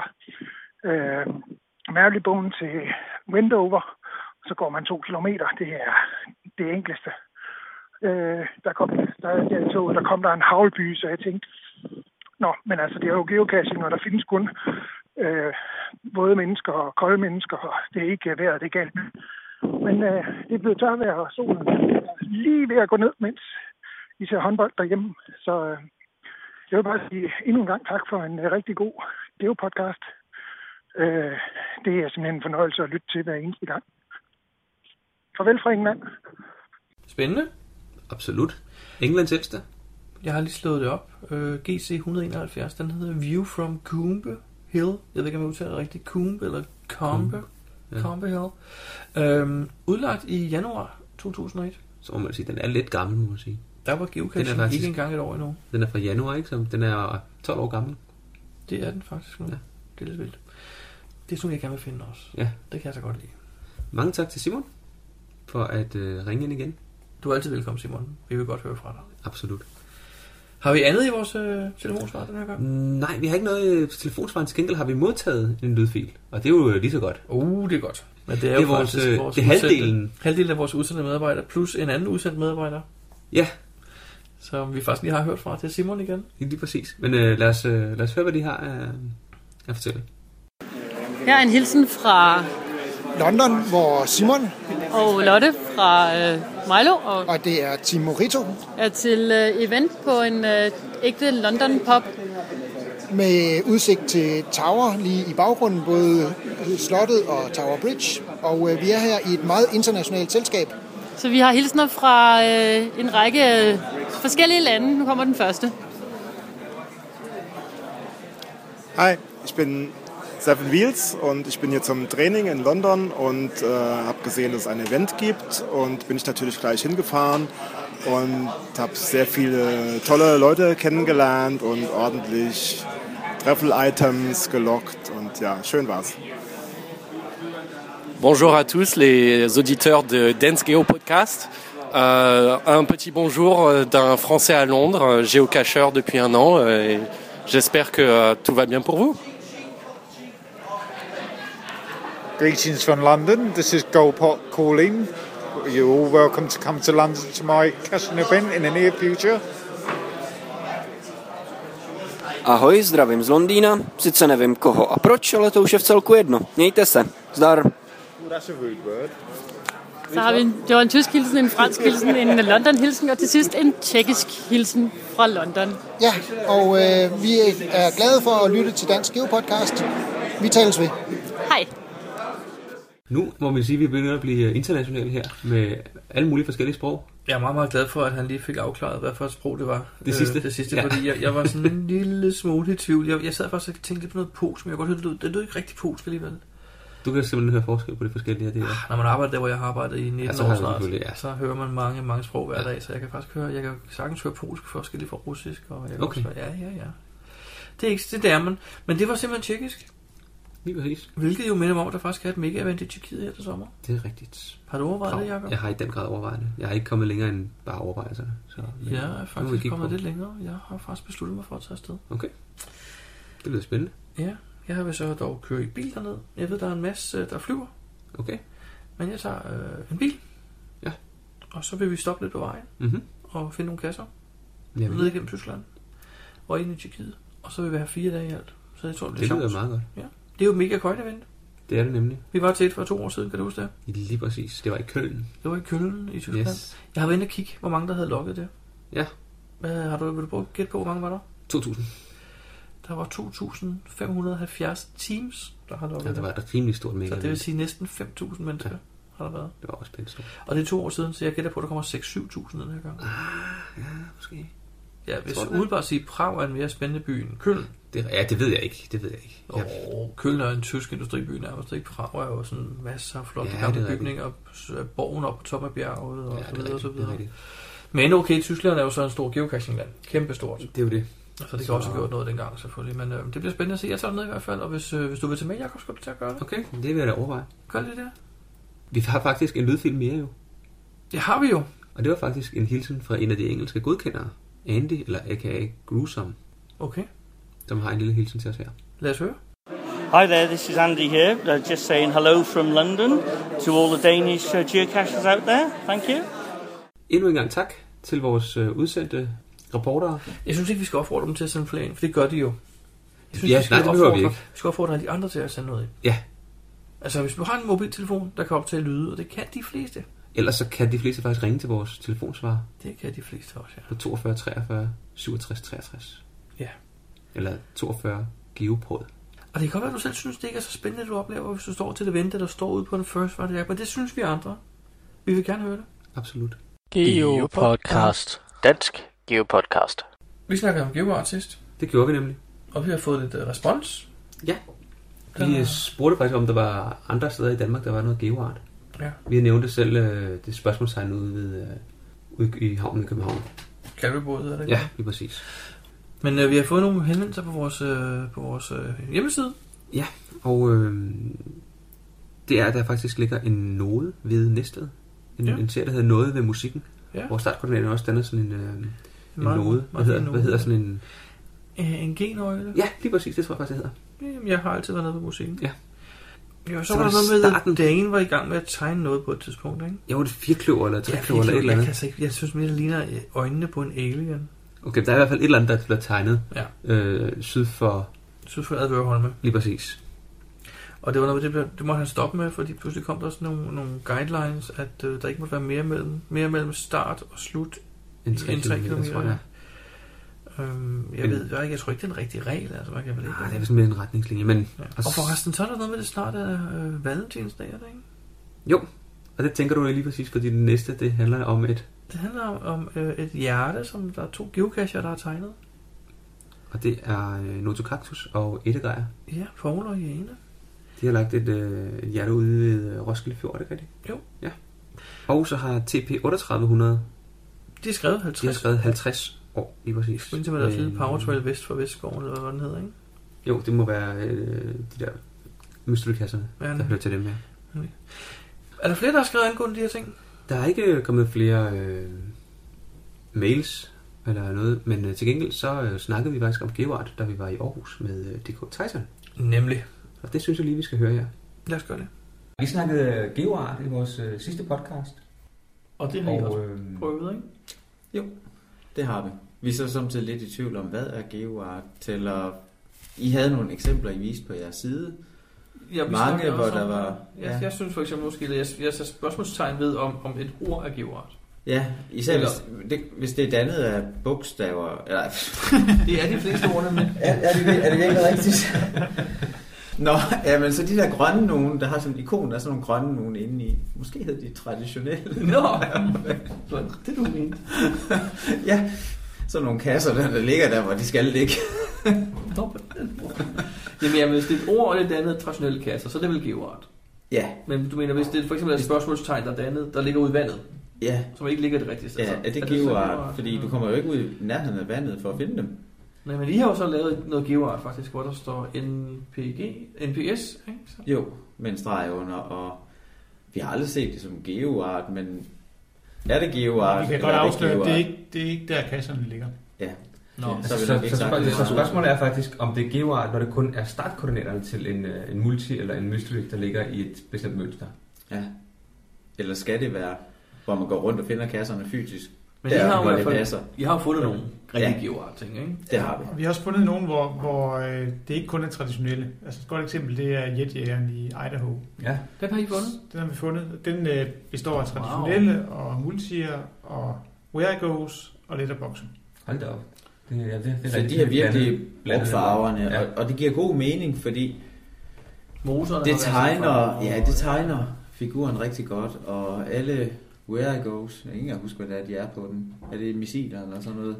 E: øh, Marylebone til Wendover. Så går man to kilometer. Det er det enkleste. Øh, der kom der, der i toget, der kom der en havlby, så jeg tænkte, nå, men altså det er jo geocaching, og der findes kun øh, våde mennesker og kolde mennesker, og det er ikke vejret, det er galt. Men øh, det er blevet tørvejr, og solen er lige ved at gå ned, mens vi ser håndbold derhjemme. Så øh, jeg vil bare sige endnu en gang tak for en øh, rigtig god geo-podcast. Øh, det er simpelthen en fornøjelse at lytte til hver eneste gang. Farvel fra England.
A: Spændende.
B: Absolut. Englands ældste.
A: Jeg har lige slået det op. Uh, G C et hundrede enoghalvfjerds, den hedder View from Coombe Hill. Jeg ved ikke, om jeg udtaler det rigtigt. Coombe eller Combe. Ja. Combe Hill. Um, udlagt i januar to tusind og et.
B: Så må man sige, den er lidt gammel, må man sige.
A: Der var geocaching faktisk ikke engang et år endnu.
B: Den er fra januar, ikke? Så den er tolv år gammel.
A: Det er den faktisk nu. Ja. Det er lidt vildt. Det er sådan, jeg gerne vil finde også.
B: Ja. Det
A: kan jeg så godt lide.
B: Mange tak til Simon for at øh, ringe ind igen.
A: Du er altid velkommen, Simon. Vi vil godt høre fra dig.
B: Absolut.
A: Har vi andet i vores øh, telefonsvar den her gang?
B: Nej, vi har ikke noget øh, telefonsvar. Til gengæld har vi modtaget en lydfil. Og det er jo øh, lige så godt.
A: Uh, det er godt. Men det er,
B: det er
A: jo
B: vores,
A: faktisk vores
B: det er halvdelen.
A: halvdelen af vores udsendte medarbejdere, plus en anden udsendt medarbejder.
B: Ja.
A: Som vi faktisk lige har hørt fra til Simon igen.
B: Lige præcis. Men øh, lad, os, øh, lad os høre, hvad de har øh, at fortælle.
F: Her er en hilsen fra
G: London, hvor Simon
F: og Lotte fra øh, Milo og,
G: og det er Timo Rito
F: er til øh, event på en øh, ægte London pub
G: med udsigt til Tower lige i baggrunden, både slottet og Tower Bridge. Og øh, vi er her i et meget internationalt selskab.
F: Så vi har hilsner fra øh, en række øh, forskellige lande. Nu kommer den første.
H: Hi, ich bin Seven Wheels und ich bin hier zum Training in London und äh, habe gesehen, dass es ein Event gibt und bin ich natürlich gleich hingefahren und habe sehr viele tolle Leute kennengelernt und ordentlich Treffel-Items gelockt und ja, schön war's.
I: Bonjour à tous les auditeurs de Dance Geo Podcast. Euh, un petit bonjour d'un Français à Londres, géocacheur depuis un an. Et j'espère que euh, tout va bien pour vous.
J: Greetings from London. This is Goldpot calling. You're all welcome to come to London to my caching event in the near future.
K: Ahoj, zdravím z Londýna. Sice nevím koho a proč, ale to už je v celku jedno. Mějte se. Zdar.
J: That's a rude word.
F: Så har vi en, det var en tysk hilsen, en fransk hilsen, en London-hilsen, og til sidst en tjekkisk hilsen fra London.
G: Ja, og øh, vi er glade for at lytte til Dansk Geo Podcast. Vi tales ved.
F: Hej.
B: Nu må man sige, at vi begynder at blive internationale her, med alle mulige forskellige sprog.
A: Jeg er meget, meget glad for, at han lige fik afklaret, hvad for et sprog det var.
B: Det sidste?
A: Øh, det sidste,
B: ja.
A: Fordi jeg, jeg var sådan en lille smule i tvivl. Jeg, jeg sad faktisk og tænkte lidt på noget polsk, men jeg kunne godt høre, det lød, det lød ikke rigtig polsk alligevel.
B: Du kan simpelthen høre forskel på det forskellige. Det
A: er. Når man arbejder der, hvor jeg har arbejdet i nitten
B: ja,
A: år snart,
B: ja.
A: så hører man mange, mange sprog hver ja. dag, så jeg kan faktisk høre, jeg kan sagtens høre polsk forskelligt fra russisk, og jeg kan
B: okay.
A: også, ja, ja, ja. Det er ikke det der, man, men det var simpelthen tjekkisk.
B: Lige præcis.
A: Hvilket jo minder om, at der faktisk er et mega-event i Tjekkiet her til sommer.
B: Det er rigtigt.
A: Har du overvejet det, Jacob?
B: Jeg har i den grad overvejet det. Jeg har ikke kommet længere end bare overvejelserne. Så,
A: jeg er faktisk kommet lidt længere. Jeg har faktisk besluttet mig for at tage afsted.
B: Okay. Det lyder spændende.
A: Ja, jeg har så dog køre i bil derned. Jeg ved, der er en masse, der flyver.
B: Okay.
A: Men jeg tager øh, en bil.
B: Ja.
A: Og så vil vi stoppe lidt på vejen.
B: Mm-hmm.
A: Og finde nogle kasser.
B: Jamen.
A: Ned igennem Tyskland. Og ind i Tjekkiet. Og så vil vi have fire dage i alt. Så jeg tror, det,
B: det lyder meget godt.
A: Ja. Det er jo et mega køjt event.
B: Det er det nemlig.
A: Vi var til et for to år siden, kan du huske det?
B: Lige præcis. Det var i Køln.
A: Det var i Køln i Tyskland.
B: Yes.
A: Jeg har været inde og kigge, hvor mange der havde logget det.
B: Ja.
A: Hvad har du, vil du prøve at gætte på, hvor mange var der?
B: to tusind.
A: Der var to tusind fem hundrede og halvfjerds teams, der har logget
B: det. Ja, det var et rimelig stort mega.
A: Så det vil sige næsten fem tusind mennesker ja. har der været.
B: Det var også pænt.
A: Og det er to år siden, så jeg gætter på, at der kommer seks til syv tusind den her gang.
B: Ah, ja, måske.
A: Ja, hvis jeg umiddelbart sige, Prag er en mere spændende by end Køln.
B: Det, ja, det ved jeg ikke. Det ved jeg ikke.
A: Åh, oh, Køln er en tysk industriby nærmest, ikke? Prag er jo sådan masser af flotte ja, gamle bygninger, og borgen op på toppen af bjerget, og ja, så videre og så videre. Men okay, Tyskland er jo så en stor geocaching-land. Kæmpe stort.
B: Det er jo det.
A: Så det kan så... også have gjort noget dengang selvfølgelig. Men øh, det bliver spændende at se. Jeg tager det ned i hvert fald, og hvis, øh, hvis du vil til med, Jacob, skal du til at gøre det.
B: Okay, det vil jeg da overveje.
A: Gør det der.
B: Vi har faktisk en lydfilm mere jo.
A: Det har vi jo.
B: Og det var faktisk en hilsen fra en af de engelske godkendere. Andy, eller a k a. Gruesome.
A: Okay.
B: Som har en lille hilsen til os her.
A: Lad os høre.
L: Hi there, this is Andy here. Uh, just saying hello from London to all the Danish uh, geocachers out there. Thank you.
B: Endnu en gang tak til vores uh, udsendte reportere.
A: Jeg synes ikke, vi skal opfordre dem til at sende flere ind, for det gør de jo. Jeg synes,
B: ja,
A: vi skal
B: nej, det behøver vi ikke.
A: Vi skal opfordre de andre til at sende noget ind.
B: Ja.
A: Altså, hvis du har en mobiltelefon, der kan optage lyde, og det kan de fleste.
B: Ellers så kan de fleste faktisk ringe til vores telefonsvarer.
A: Det kan de fleste også, ja.
B: På toogfyrre treogfyrre syvogtres treogtres.
A: Ja.
B: Eller toogfyrre geopod.
A: Og det kan godt være, at du selv synes, det ikke er så spændende, du oplever, hvis du står til det vente, der står ude på en first var men det synes vi andre. Vi vil gerne høre det.
B: Absolut.
C: Geopodcast. Dansk Geopodcast.
A: Vi snakker om GeoArtist.
B: Det gjorde vi nemlig.
A: Og vi har fået lidt uh, respons.
B: Ja. Vi der... spurgte faktisk, om der var andre steder i Danmark, der var noget geoart.
A: Ja.
B: Vi har nævnt det selv, øh, det spørgsmålstegn ude, ved, øh, ude i havnen i København.
A: Kalvebåd, er det?
B: Ja, lige præcis.
A: Men øh, vi har fået nogle henvendelser på vores, øh, på vores øh, hjemmeside.
B: Ja, og øh, det er, at der faktisk ligger en node ved Næstved. En, ja. en serie, der hedder Noget ved musikken. Ja. Hvor startkoordinatoren også danner sådan en, øh, en meget, node. Hvad hedder, hvad hedder sådan en...
A: En genøgle?
B: Ja, lige præcis, det tror jeg faktisk, det
A: hedder. Jamen, jeg har altid været nede ved musikken.
B: Ja.
A: Jo, så, så var der noget med, starten... at Dane var i gang med at tegne noget på et tidspunkt, ikke?
B: Jo, det er firkløver eller trekløver eller et eller andet.
A: Jeg, kan ikke, jeg synes mere, det ligner øjnene på en alien.
B: Okay, der er i hvert fald et eller andet, der bliver tegnet
A: ja.
B: øh, syd for...
A: Syd for Advørholme.
B: Lige præcis.
A: Og det var noget, det, blev, det måtte han stoppe med, fordi pludselig kom der sådan nogle, nogle guidelines, at øh, der ikke måtte være mere mellem, mere mellem start og slut
B: en tre kilometer, tror jeg.
A: Øhm, jeg ved jeg, jeg tror ikke, det er en rigtig regel. Altså, man kan vel ikke.
B: Nej, det er sådan en retningslinje. Men
A: ja. Og forresten, så er der noget med det snart er øh, Valentinsdag, er det ikke?
B: Jo, og det tænker du lige præcis, fordi det næste, det handler om et...
A: Det handler om, om øh, et hjerte, som der er to geocacher, der har tegnet.
B: Og det er øh, Notocactus og Ettergeier.
A: Ja, Poul og Jane.
B: De har lagt et, øh, et hjerte ude ved Roskilde Fjord, er det rigtigt?
A: Jo.
B: Ja. Og så har T P otteogtredive hundrede...
A: De har skrevet halvtreds.
B: De har skrevet halvtreds år, lige præcis.
A: Det er der fede Powertrail vest for Vestskoven, eller hvad den hedder, ikke?
B: Jo, det må være øh, de der mysterykasserne, ja, der hører til dem, ja.
A: Okay. Er der flere, der har skrevet angående de her ting?
B: Der er ikke kommet flere øh, mails eller noget, men øh, til gengæld så øh, snakkede vi faktisk om GeoArt, da vi var i Aarhus med øh, D K Titan.
A: Nemlig.
B: Og det synes jeg lige, vi skal høre her.
A: Lad os gøre det.
B: Vi snakkede GeoArt i vores øh, sidste podcast.
A: Og det har I også øh, prøvet, ikke?
M: Jo, det har vi. Vi er så samtidig lidt i tvivl om, hvad er GeoArt, eller I havde nogle eksempler, I viste på jeres side.
A: Ja,
M: mange, hvor der var...
A: Ja. Jeg, jeg synes for eksempel måske, at jeg, jeg sætter spørgsmålstegn ved, om, om et ord er GeoArt.
M: Ja, især hvis det, hvis det er dannet af bogstaver... Eller...
A: det er de fleste ord, nemlig.
M: er, er, det, er det virkelig rigtigt? Nå, ja, men så de der grønne nogen, der har sådan en ikon, der er sådan nogle grønne nogen inde i. Måske hedder de traditionelle.
A: Nå, det du mente.
M: Ja, sådan nogle kasser, der, der ligger der, hvor de skal ligge.
A: Jamen, jamen, hvis det er et ord, og det er dannet traditionelle kasser, så er det vel GeoArt.
M: Ja.
A: Men du mener, hvis det for eksempel er et spørgsmålstegn, der er dannet, der ligger ude i vandet,
M: ja,
A: som ikke ligger det rigtige sted.
M: Ja, er det, er det GeoArt? Fordi du kommer jo ikke ud i nærheden af vandet for at finde dem.
A: Nej, men I har jo så lavet noget GeoArt faktisk, hvor der står N P G, N P S, ikke? Så.
M: Jo, med en streg under, og vi har aldrig set det som GeoArt, men er det GeoArt?
N: Vi kan godt afsløre, at det er ikke, det er ikke der kasserne ligger.
M: Ja.
B: Nå, ja, så, så, så, så, så, så spørgsmålet er faktisk, om det er GeoArt, når det kun er startkoordinaterne til en, en multi eller en mystery, der ligger i et bestemt mønster.
M: Ja. Eller skal det være, hvor man går rundt og finder kasserne fysisk?
A: Men der, I har jo i hvert fald, I har jo fundet nogle rigtig ja. GeoArt ting, ikke?
M: Det har vi.
N: Og vi har også fundet nogle, hvor, hvor øh, det ikke kun er traditionelle. Altså et godt eksempel, det er jetjægeren i Idaho.
A: Ja, den har I fundet?
N: Den har vi fundet. Den øh, består af traditionelle wow. og multier og where goes og letterboxen.
B: Hold da op. Det, ja, det, det
M: så de har virkelig brugt farverne, ja. og, og det giver god mening, fordi
A: Moserne
M: det tegner, ja, det tegner figuren rigtig godt, og alle where goes, jeg kan ikke huske, hvad det er, de er på den. Er det missiler eller sådan noget?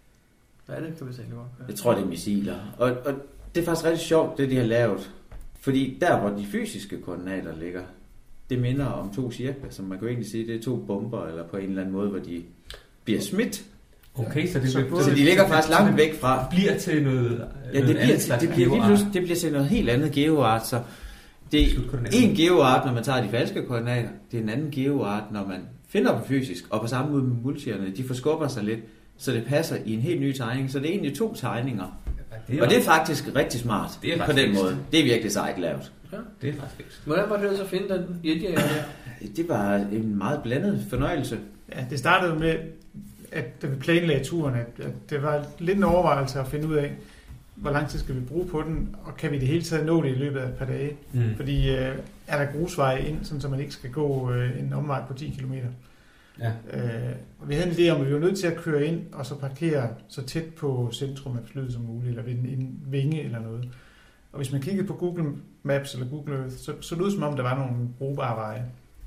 A: Ja, det kan vi se, det var.
M: Jeg tror, det er missiler. Og, og det er faktisk rigtig sjovt, det de har lavet. Fordi der, hvor de fysiske koordinater ligger, det minder om to cirkler, som man kan egentlig sige, det er to bomber, eller på en eller anden måde, hvor de bliver smidt.
B: Okay, så det,
M: så, så de ligger faktisk langt væk fra.
B: Bliver til noget,
M: ja, det bliver til, det bliver lige det bliver til noget helt andet GeoArt. Så det er en GeoArt, når man tager de falske koordinater. Det er en anden GeoArt, når man finder dem fysisk. Og på samme måde med multierne, de forskubber sig lidt, så det passer i en helt ny tegning. Så det er egentlig to tegninger. Ja, det og det er faktisk rigtig smart det er på den måde. Det er virkelig sejt lavet.
A: Ja, det er faktisk. Hvordan var det så at finde den jetjæger der?
M: Det var en meget blandet fornøjelse.
N: Ja, det startede med, at da vi planlagde turen, at det var lidt en overvejelse at finde ud af, hvor lang tid skal vi bruge på den, og kan vi det hele taget nå det i løbet af et par dage. Mm. Fordi øh, er der grusveje ind, sådan, så man ikke skal gå øh, en omvej på ti kilometer. Ja. Øh, og vi havde en idé om, at vi var nødt til at køre ind, og så parkere så tæt på centrum af flyet som muligt, eller ved en, en vinge eller noget. Og hvis man kiggede på Google Maps eller Google Earth, så, så lød det som om, der var nogle brugbare veje.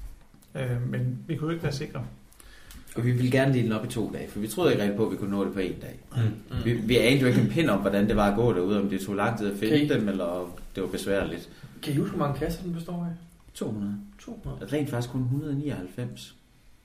N: Øh, men vi kunne jo ikke være sikre.
M: Og vi ville gerne dele den op i to dage, for vi troede ikke rigtig på, at vi kunne nå det på en dag. Mm. Mm. Vi, vi anede jo ikke en pind om, hvordan det var at gå derude, om det tog lang tid at finde okay. dem, eller det var besværligt.
A: Kan I huske, hvor mange kasser den består af?
M: to hundrede.
A: to hundrede.
M: Rent faktisk kun et hundrede og nioghalvfems.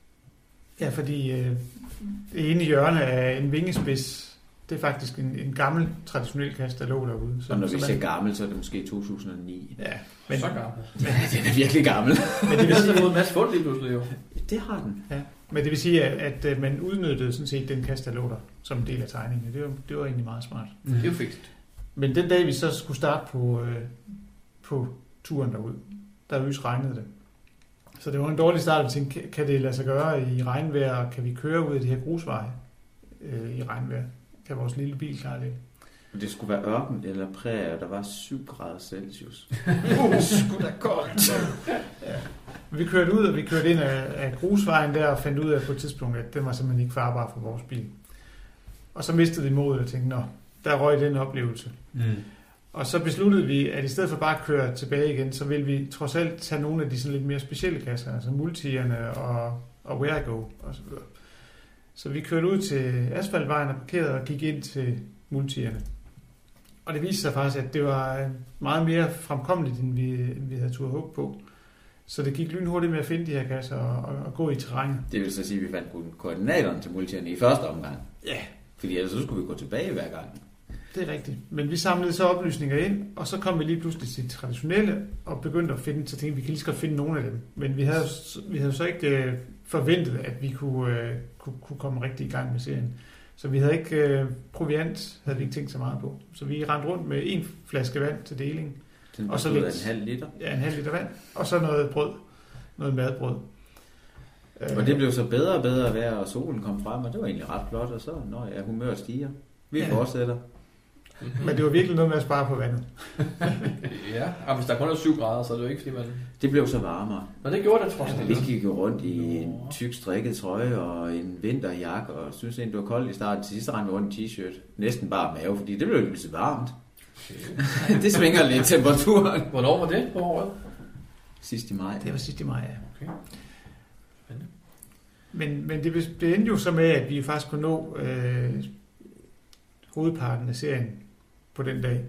N: Ja, fordi øh, det ene hjørne af en vingespids, det er faktisk en, en gammel, traditionel kasse, der lå derude.
M: Så, og når vi siger gammel, så er det måske to tusind og ni.
N: Ja, men,
A: så gammel.
M: Ja, den er virkelig gammel.
A: Men det vil sige, at fået en masse fund lige pludselig jo.
M: Det har den.
N: Ja. Men det vil sige, at, at man udnyttede sådan set den kasse, der lå der, som en del af tegningen. Det var, det var egentlig meget smart.
A: Mm. Det er jo fikst.
N: Men den dag, vi så skulle starte på, øh, på turen derud, der øs regnede det. Så det var en dårlig start. Vi tænkte, kan det lade sig gøre i regnvejr? Kan vi køre ud af de her grusveje øh, i regnvejr? Kan vores lille bil klare det?
M: Det skulle være ørken eller prærie, og der var syv grader Celsius.
N: uh, sgu da godt. Ja. Vi kørte ud, og vi kørte ind af, af grusvejen der, og fandt ud af på et tidspunkt, at den var simpelthen ikke farbar for vores bil. Og så mistede vi modet og tænkte, nå, der røg den oplevelse. Mm. Og så besluttede vi, at i stedet for bare at køre tilbage igen, så ville vi trods alt tage nogle af de sådan lidt mere specielle kasser, altså multierne og, og Where I Go og så videre. Så vi kørte ud til asfaltvejen og parkerede og gik ind til multierne. Og det viste sig faktisk, at det var meget mere fremkommeligt, end vi, end vi havde turde håbe på. Så det gik lynhurtigt med at finde de her kasser og, og, og gå i terrænet.
M: Det vil så sige, at vi fandt koordinaterne til multierne i første omgang.
N: Ja.
M: Fordi ellers så skulle vi gå tilbage hver gang.
N: Det er rigtigt. Men vi samlede så oplysninger ind, og så kom vi lige pludselig til de traditionelle og begyndte at finde, så tænkte vi kan lige så godt finde nogle af dem. Men vi havde, vi havde så ikke øh, forventet, at vi kunne, øh, kunne, kunne komme rigtig i gang med serien. Så vi havde ikke øh, proviant, havde vi ikke tænkt så meget på. Så vi rendte rundt med en flaske vand til deling.
M: Den
N: og så
M: lidt,
N: lidt,
M: en halv liter?
N: Ja, en halv liter vand. Og så noget brød. Noget madbrød.
M: Og det blev så bedre og bedre vejr, og solen kom frem, og det var egentlig ret flot. Og så, når jeg humør stiger, vi ja. fortsætter.
N: Men det var virkelig noget med at spare på vandet.
A: Ja, og hvis der kun er syv grader, så er det jo ikke, fordi man...
M: Det blev så varmere.
A: Og det gjorde det trods alt.
M: Vi gik jo rundt i en tyk strikket trøje og en vinterjakke, og synes egentlig, det var koldt i starten. Til sidst rendte vi rundt i t-shirt. Næsten bare mave, fordi det blev jo lidt varmt. Okay. Det svinger lidt temperaturen.
A: Hvornår var det på året?
M: Sidst i maj.
N: Det var sidst i maj, ja.
A: Okay.
N: Men, men det, det endte jo så med, at vi faktisk kunne nå øh, hovedparten af serien på den dag.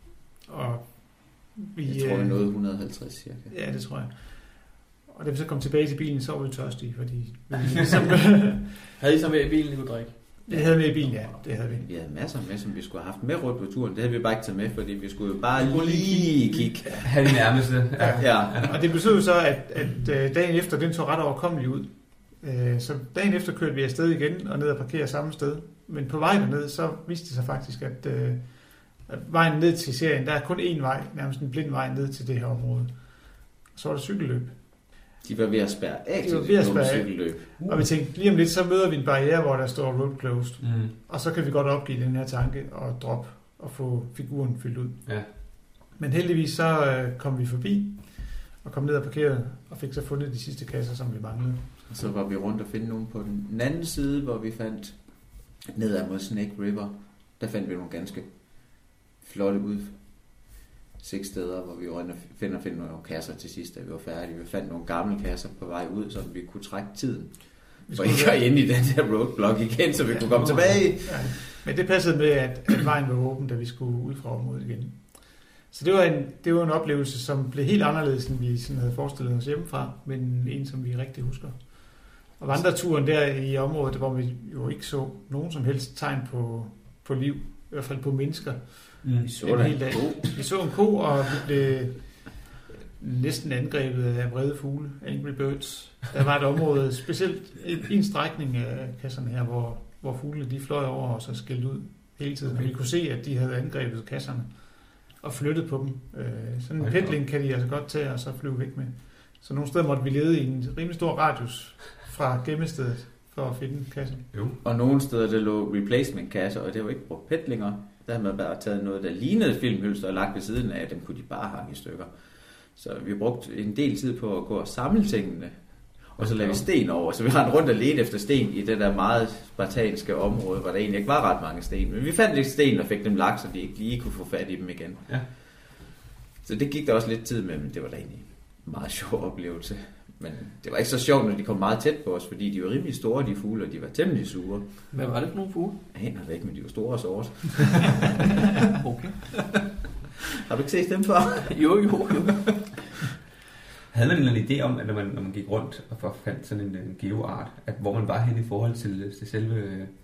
N: Og vi,
M: jeg tror, vi nåede et hundrede og halvtreds cirka.
N: Ja, det tror jeg. Og da vi så kom tilbage til bilen, så var vi tørstige, fordi... Vi ligesom,
A: havde I så med i bilen, I kunne drikke?
N: Det havde vi i bilen, ja. Det havde vi.
M: Vi havde masser med, som vi skulle have haft med rundt på turen. Det havde vi bare ikke taget med, fordi vi skulle jo bare lige kigge.
B: Have de nærmeste.
N: Ja. Ja. Og det betød så, at, at dagen efter, den tog ret overkommelig ud. Så dagen efter kørte vi afsted igen og ned og parkerede samme sted. Men på vej derned, så viste det sig faktisk, at, at vejen ned til serien, der er kun én vej, nærmest en blind vej ned til det her område. Så var der cykelløb.
M: De var ved at spærre af
N: til det cykelløb. Uh. Og vi tænkte, lige om lidt, så møder vi en barriere, hvor der står road closed. Mm. Og så kan vi godt opgive den her tanke og droppe og få figuren fyldt ud.
B: Ja.
N: Men heldigvis så øh, kom vi forbi og kom ned og parkerede og fik så fundet de sidste kasser, som vi manglede.
M: Så var vi rundt og finde nogen på den anden side, hvor vi fandt ned ad mod Snake River. Der fandt vi nogle ganske flotte udsigtssteder, hvor vi rundt og finder, finder nogle kasser til sidst, da vi var færdige. Vi fandt nogle gamle kasser på vej ud, så vi kunne trække tiden. For ikke at ind i den der roadblock igen, så vi ja, kunne komme tilbage.
N: Ja. Men det passede med, at, at vejen var åben, da vi skulle ud fra området igen. Så det var, en, det var en oplevelse, som blev helt anderledes, end vi sådan havde forestillet os hjemmefra, men en, som vi rigtig husker. Og vandreturen der i området, hvor vi jo ikke så nogen som helst tegn på, på liv, i hvert fald på mennesker.
M: Mm. Vi så en hel dag.
N: Vi så en ko, og vi blev næsten angrebet af vrede fugle, Angry Birds. Der var et område, specielt en strækning af kasserne her, hvor, hvor fuglene de fløj over og så skældte ud hele tiden. Men vi kunne se, at de havde angrebet kasserne og flyttet på dem. Sådan en pendling kan de altså godt tage og så flyve væk med. Så nogle steder måtte vi lede i en rimelig stor radius fra gemmestedet for at finde kassen.
M: Jo. Og nogle steder der lå replacement kasser, og det var ikke brugt pendlinger. Der havde man bare taget noget, der lignede filmhylster og lagt ved siden af, dem kunne de bare hange i stykker. Så vi brugte en del tid på at gå og samle tingene, og så lavede vi sten over. Så vi rendte rundt og ledte efter sten i det der meget spartanske område, hvor der egentlig ikke var ret mange sten. Men vi fandt lidt sten og fik dem lagt, så de ikke lige kunne få fat i dem igen.
B: Ja.
M: Så det gik der også lidt tid med, men det var da egentlig en meget sjov oplevelse. Men det var ikke så sjovt, når de kom meget tæt på os, fordi de var rimelig store, de fugle, og de var temmelig sure.
A: Hvad var det for nogle fugle?
M: Jeg aner det ikke, men de var store og sorte.
A: Okay.
M: Har du ikke set dem før?
A: jo, jo, jo.
B: Havde man en idé om, at når man, når man gik rundt og fandt sådan en, en geoart, at hvor man var hen i forhold til, til selve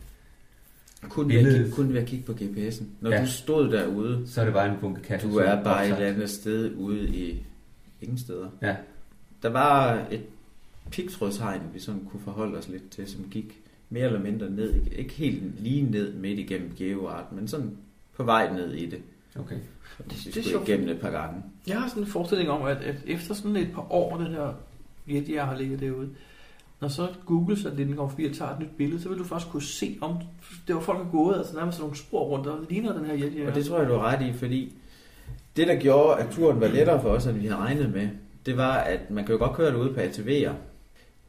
M: kun billedet? Kun ved at kigge på G P S'en. Når ja. Du stod derude,
B: så er det bare en bunke kasser.
M: Du er bare et eller andet sted ude i ingen steder.
B: Ja.
M: Der var et pigtrådshegn, vi sådan kunne forholde os lidt til, som gik mere eller mindre ned. Ikke helt lige ned midt igennem geoart, men sådan på vej ned i det.
B: Okay.
M: Det, det, det skulle igennem et par gange.
A: Jeg har sådan en forestilling om, at, at efter sådan et par år, den her Yeti, jeg har ligget derude, når så Google så den går forbi og tager et nyt billede, så vil du faktisk kunne se, om det var folk, der gået, altså nærmest nogle spor rundt, og ligner den her Yeti.
M: Og det tror jeg, du har ret i, fordi det, der gjorde, at turen var lettere for os, end vi havde regnet med, det var, at man kan jo godt køre det ude på A T V'er,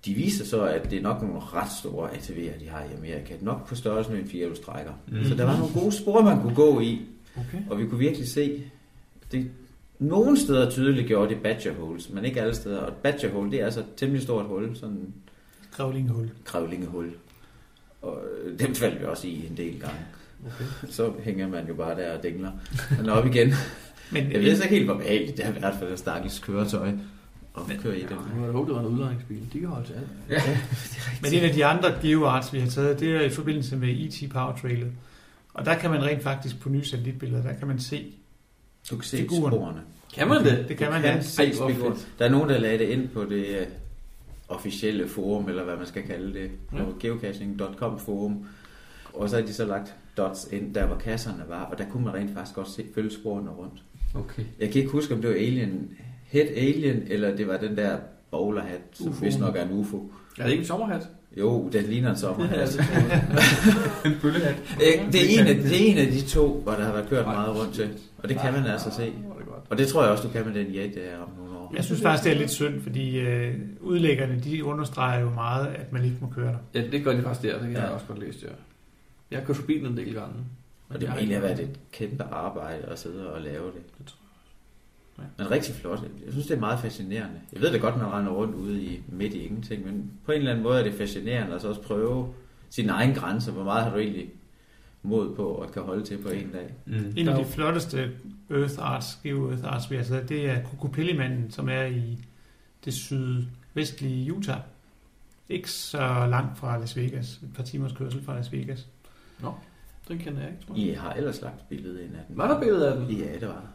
M: de viser så, at det er nok nogle ret store A T V'er, de har i Amerika. Nok på størrelse med en firehjulstrækker. Mm. Så der var nogle gode spor, man kunne gå i. Okay. Og vi kunne virkelig se, det nogle steder tydeligt gjorde det badger holes, men ikke alle steder. Og et badger hole, det er altså et temmelig stort hul. Sådan
N: Grævlingehul.
M: Grævlingehul. Og dem faldt vi også i en del gange. Okay. Så hænger man jo bare der og dingler. Men op igen. Men jeg ved så ikke helt, hvor behageligt det har været for det stakkels køretøj. Og køre i dem.
A: Nu har jeg håbet, det var en udlejningsbil. De kan holde til alt.
N: Ja. Ja. Men en af de andre GeoArts, vi har taget, det er i forbindelse med E T Power Trailet. Og der kan man rent faktisk på nye satellitbilleder, der kan man se
M: Du kan se
N: figurerne.
M: sporene.
A: Kan man det?
N: Det kan
M: du
N: man,
M: kan
N: ja.
M: se figurer. Der er nogen, der lagde det ind på det uh, officielle forum, eller hvad man skal kalde det, på ja. geocaching punktum com forum. Og så har de så lagt dots ind, der hvor kasserne var, og der kunne man rent faktisk også se, følge sporene rundt.
B: Okay.
M: Jeg kan ikke huske, om det var Alien, Head Alien, eller det var den der bowlerhat, som vist nok er en U F O.
A: Er det ikke en sommerhat?
M: Jo, den ligner en sommerhat.
B: En bøllehat.
M: Det er, en af, det er en af de to, hvor der har været kørt meget rundt til. Og det kan man altså se. Og det tror jeg også, du kan med den Jet der om nogle år.
N: Jeg synes faktisk, det er lidt synd, fordi øh, udlæggerne, de understreger jo meget, at man ikke må køre der.
A: Ja, det gør de faktisk der, det kan ja. jeg også godt læse, ja. Jeg har kørt forbi den en del gange.
M: Og det må egentlig have været et kæmpe arbejde at sidde og lave det. Det tror jeg. Ja. Men rigtig flot. Jeg synes, det er meget fascinerende. Jeg ved det godt, man render rundt ude i midt i ingenting, men på en eller anden måde er det fascinerende at så også prøve sine egne grænser. Hvor meget har du egentlig mod på at kan holde til på en dag?
N: Mm. En af de flotteste Earth Arts, Geo-Earth Arts, vi har taget, det er Kokopelli-manden, som er i det sydvestlige Utah. Ikke så langt fra Las Vegas. Et par timers kørsel fra Las Vegas.
A: Nå, den kender jeg ikke, tror jeg.
M: I har ellers lagt billedet ind af den.
A: Var der billede af den?
M: Ja, det var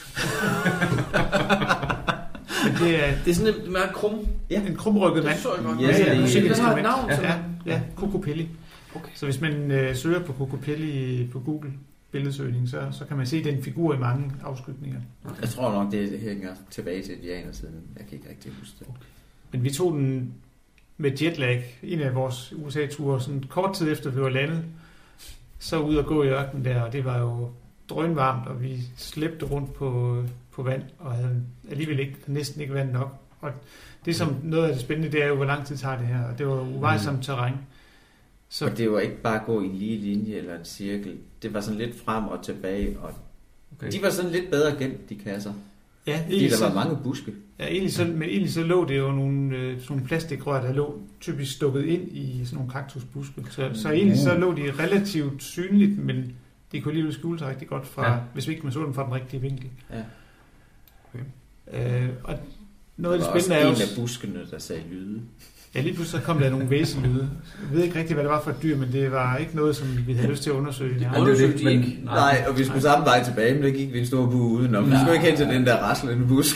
N: det, er,
A: det er sådan en meget krum.
N: Ja, en krumrykket mand.
A: Det så jeg godt.
N: Ja, ja, ja,
A: det, det har et navn.
N: Ja, ja, Kokopelli. Okay. Så hvis man øh, søger på Kokopelli på Google billedsøgning, så, så kan man se den figur i mange afskygninger.
M: Jeg tror nok, det hænger tilbage til indianersiden. Jeg kan ikke rigtig huske det. Okay.
N: Men vi tog den med jetlag, en af vores U S A-ture, sådan kort tid efter vi var landet, så ud og gå i ørkenen der, og det var jo drønvarmt, og vi slæbte rundt på, på vand, og havde alligevel ikke, næsten ikke vand nok. Og det som noget af det spændende, det er jo, hvor lang tid tager det her, og det var uvejsomt mm. terræn.
M: Så og det var ikke bare at gå i en lige linje eller en cirkel. Det var sådan lidt frem og tilbage, og okay. de var sådan lidt bedre gemt, de kasser.
N: Ja,
M: fordi der var mange buske.
N: Ja, egentlig så, men egentlig så lå det jo nogle, øh, sådan nogle plastikrør, der lå typisk stukket ind i sådan nogle kaktusbuske. Så, mm. så egentlig så lå de relativt synligt, men de kunne alligevel skjule sig rigtig godt, fra, ja. hvis vi ikke man så dem fra den rigtige vinkel.
M: Ja.
N: Okay. Øh, og noget af
M: det
N: spændende er
M: også en af buskene, der sagde lyde.
N: Ja, lige pludselig så kom der nogle væselyde. Jeg ved ikke rigtig, hvad det var for et dyr, men det var ikke noget, som vi havde lyst til at undersøge.
M: Det undersøgte de ikke. Nej, og vi skulle samme vej tilbage, men der gik vi en stor bue udenom. Vi skulle ikke hen til den der raslende busk.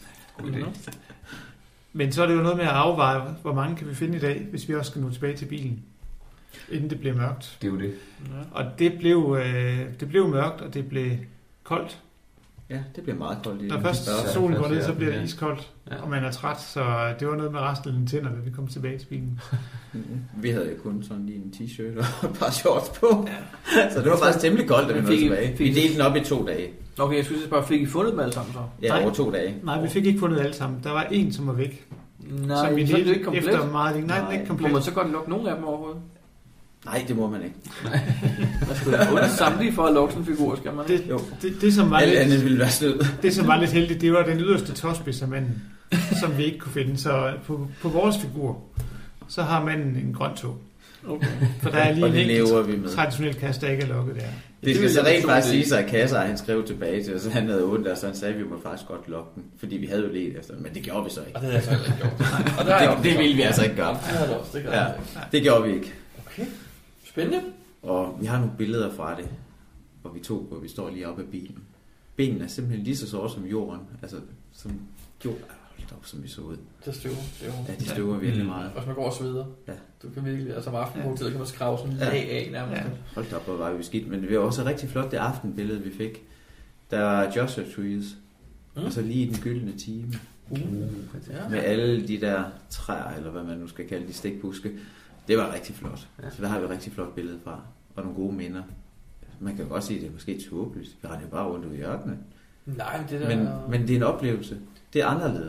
N: Men så er det jo noget med at afveje, hvor mange kan vi finde i dag, hvis vi også skal nå tilbage til bilen, inden det bliver mørkt.
B: Det er jo det.
N: Og det blev, øh, det blev mørkt, og det blev koldt.
M: Ja, det bliver meget koldt.
N: Når først solen går ned, så bliver det iskoldt, ja. og man er træt, så det var noget med resten af tænder, da vi kom tilbage til bilen.
M: Vi havde jo kun sådan lige en t-shirt og et par shorts på, ja. Så det var faktisk temmelig koldt, da vi nåede tilbage. Vi delte den op i to dage.
A: Okay, jeg skulle bare, fik I fundet dem alle sammen så?
M: Ja,
N: nej,
M: over to dage.
N: Nej, vi fik ikke fundet alle sammen. Der var en, som var væk.
A: Nej,
N: som vi
A: så er det ikke komplet?
N: Efter meget, nej, nej, ikke komplet.
A: Må man så godt lukke nogen af dem overhovedet?
M: Nej, det må man ikke.
A: Man skulle have fundet samtidig for at lukke sådan en figur, skal man
N: det, jo. Det, det, som var
M: Alle
N: lidt,
M: andet ville være snød.
N: Det, som var lidt heldigt, det var den yderste tosspids af manden, som vi ikke kunne finde. Så på, på vores figur, så har manden en grøn tog. Okay. For der er lige en enkelt traditionel kasse, der ikke er lukket der.
M: Det skal så rent faktisk sige sig, at kasser han skrev tilbage til, og så han havde ondt, og så han sagde, at vi må faktisk godt lukke den, fordi vi havde jo let efter den, men det gjorde vi så ikke.
A: Og det havde jeg så ikke gjort.
M: Og det, det ville vi altså ikke gøre.
A: Det,
M: ja, det gjorde vi ikke.
A: Okay. Spændende.
M: Og vi har nogle billeder fra det, hvor vi tog, hvor vi står lige oppe af bilen. Benene er simpelthen lige så såre som jorden, altså som jord, hold op, som vi så ud.
A: Det støver.
M: Ja, de støver ja. virkelig meget.
A: Og hvis man går og sveder, ja. Du kan virkelig, altså om aftenen ja. kan man skrave sådan en lag af nærmest. Ja.
M: Hold op, hvor var vi skidt, men det var også rigtig flot det aftenbillede, vi fik. Der var Joshua Trees, mm. og så lige i den gyldne time. Uh. Ja. Med alle de der træer, eller hvad man nu skal kalde de stikbuske. Det var rigtig flot. Ja. Så der har vi et rigtig flot billede fra. Og nogle gode minder. Man kan jo godt sige, at det er måske tåbeligt. Vi render jo bare rundt ud i ørkenen.
A: Nej, det der...
M: men, men det er en oplevelse. Det er anderledes.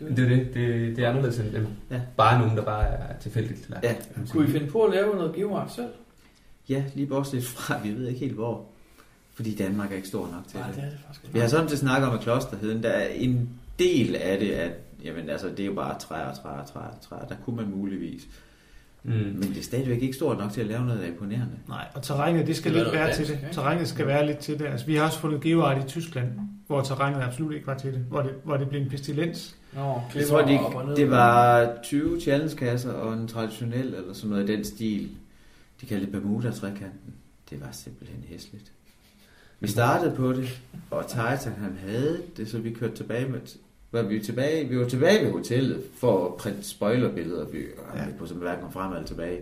B: Det er det. Det, det er anderledes end dem. Ja. Bare nogen, der bare er tilfældigt.
M: Ja.
A: Kunne I finde på at lave noget geoart selv?
M: Ja, lige bortset fra, vi ved ikke helt hvor. Fordi Danmark er ikke stor nok til
A: Nej,
M: det.
A: det er det faktisk ikke.
M: Vi har sådan til at snakke om, at klosterheden, der er en del af det, at jamen, altså, det er jo bare træer, træer, træer, træer. Der kunne man muligvis. Mm. Men det er stadigvæk ikke stort nok til at lave noget imponerende.
N: Nej, og terrænet, det skal det lidt være dansk, til det. Ikke? Terrænet skal være lidt til det. Altså, vi har også fundet geoart i Tyskland, hvor terrænet absolut ikke var til det. Hvor det, hvor det blev en pestilens.
A: Nå,
M: jeg tror, de, det var tyve challenge-kasser og en traditionel, eller sådan noget i den stil. De kaldte det Bermuda-trekanten. Det var simpelthen hæsligt. Vi startede på det, og Titan han havde det, så vi kørte tilbage med... Var vi, tilbage, vi var tilbage ved hotellet for at printe spoilerbilleder, vi ja. på som hverken frem eller tilbage.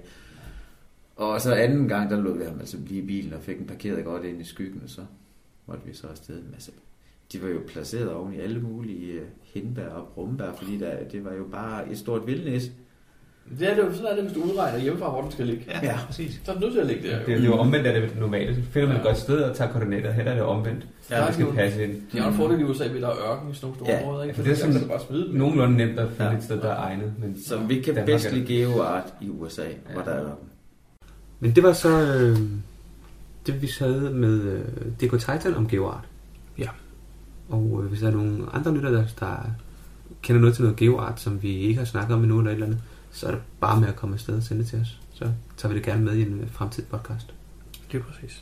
M: Og så anden gang, der lod vi ham altså blive i bilen og fik den parkeret godt ind i skyggen, og så måtte vi så afsted. Altså, de var jo placeret oven i alle mulige uh, hindbær og brumbær, fordi der, det var jo bare et stort vildnæs.
A: Det er det jo, sådan er det, hvis du udregner hjemmefra, hvor den skal ligge.
M: Ja, ja, præcis.
A: Så er du nødt til at ligge der.
B: Det, det er jo omvendt af det normale. Så finder man ja. et godt sted og tager koordinater. Her er det omvendt. Ja, det skal jo passe ind.
A: De har en fordel i U S A, ved der er ørken i sådan nogle store ja. områder. Ikke?
B: For det er sådan bare smide nogenlunde nemt at finde ja. et sted, der er egnet. Men
M: så vi kan bedst lide geoart i U S A, ja. hvor der er ørken.
B: Men det var så øh, det, vi havde med øh, D K Titan om geoart.
A: Ja.
B: Og øh, hvis der er nogle andre lytter, der, der kender noget til noget geoart, som vi ikke har snakket om endnu eller et eller andet, så er det bare med at komme afsted og sende det til os. Så tager vi det gerne med i en fremtidig podcast.
A: Det er præcis.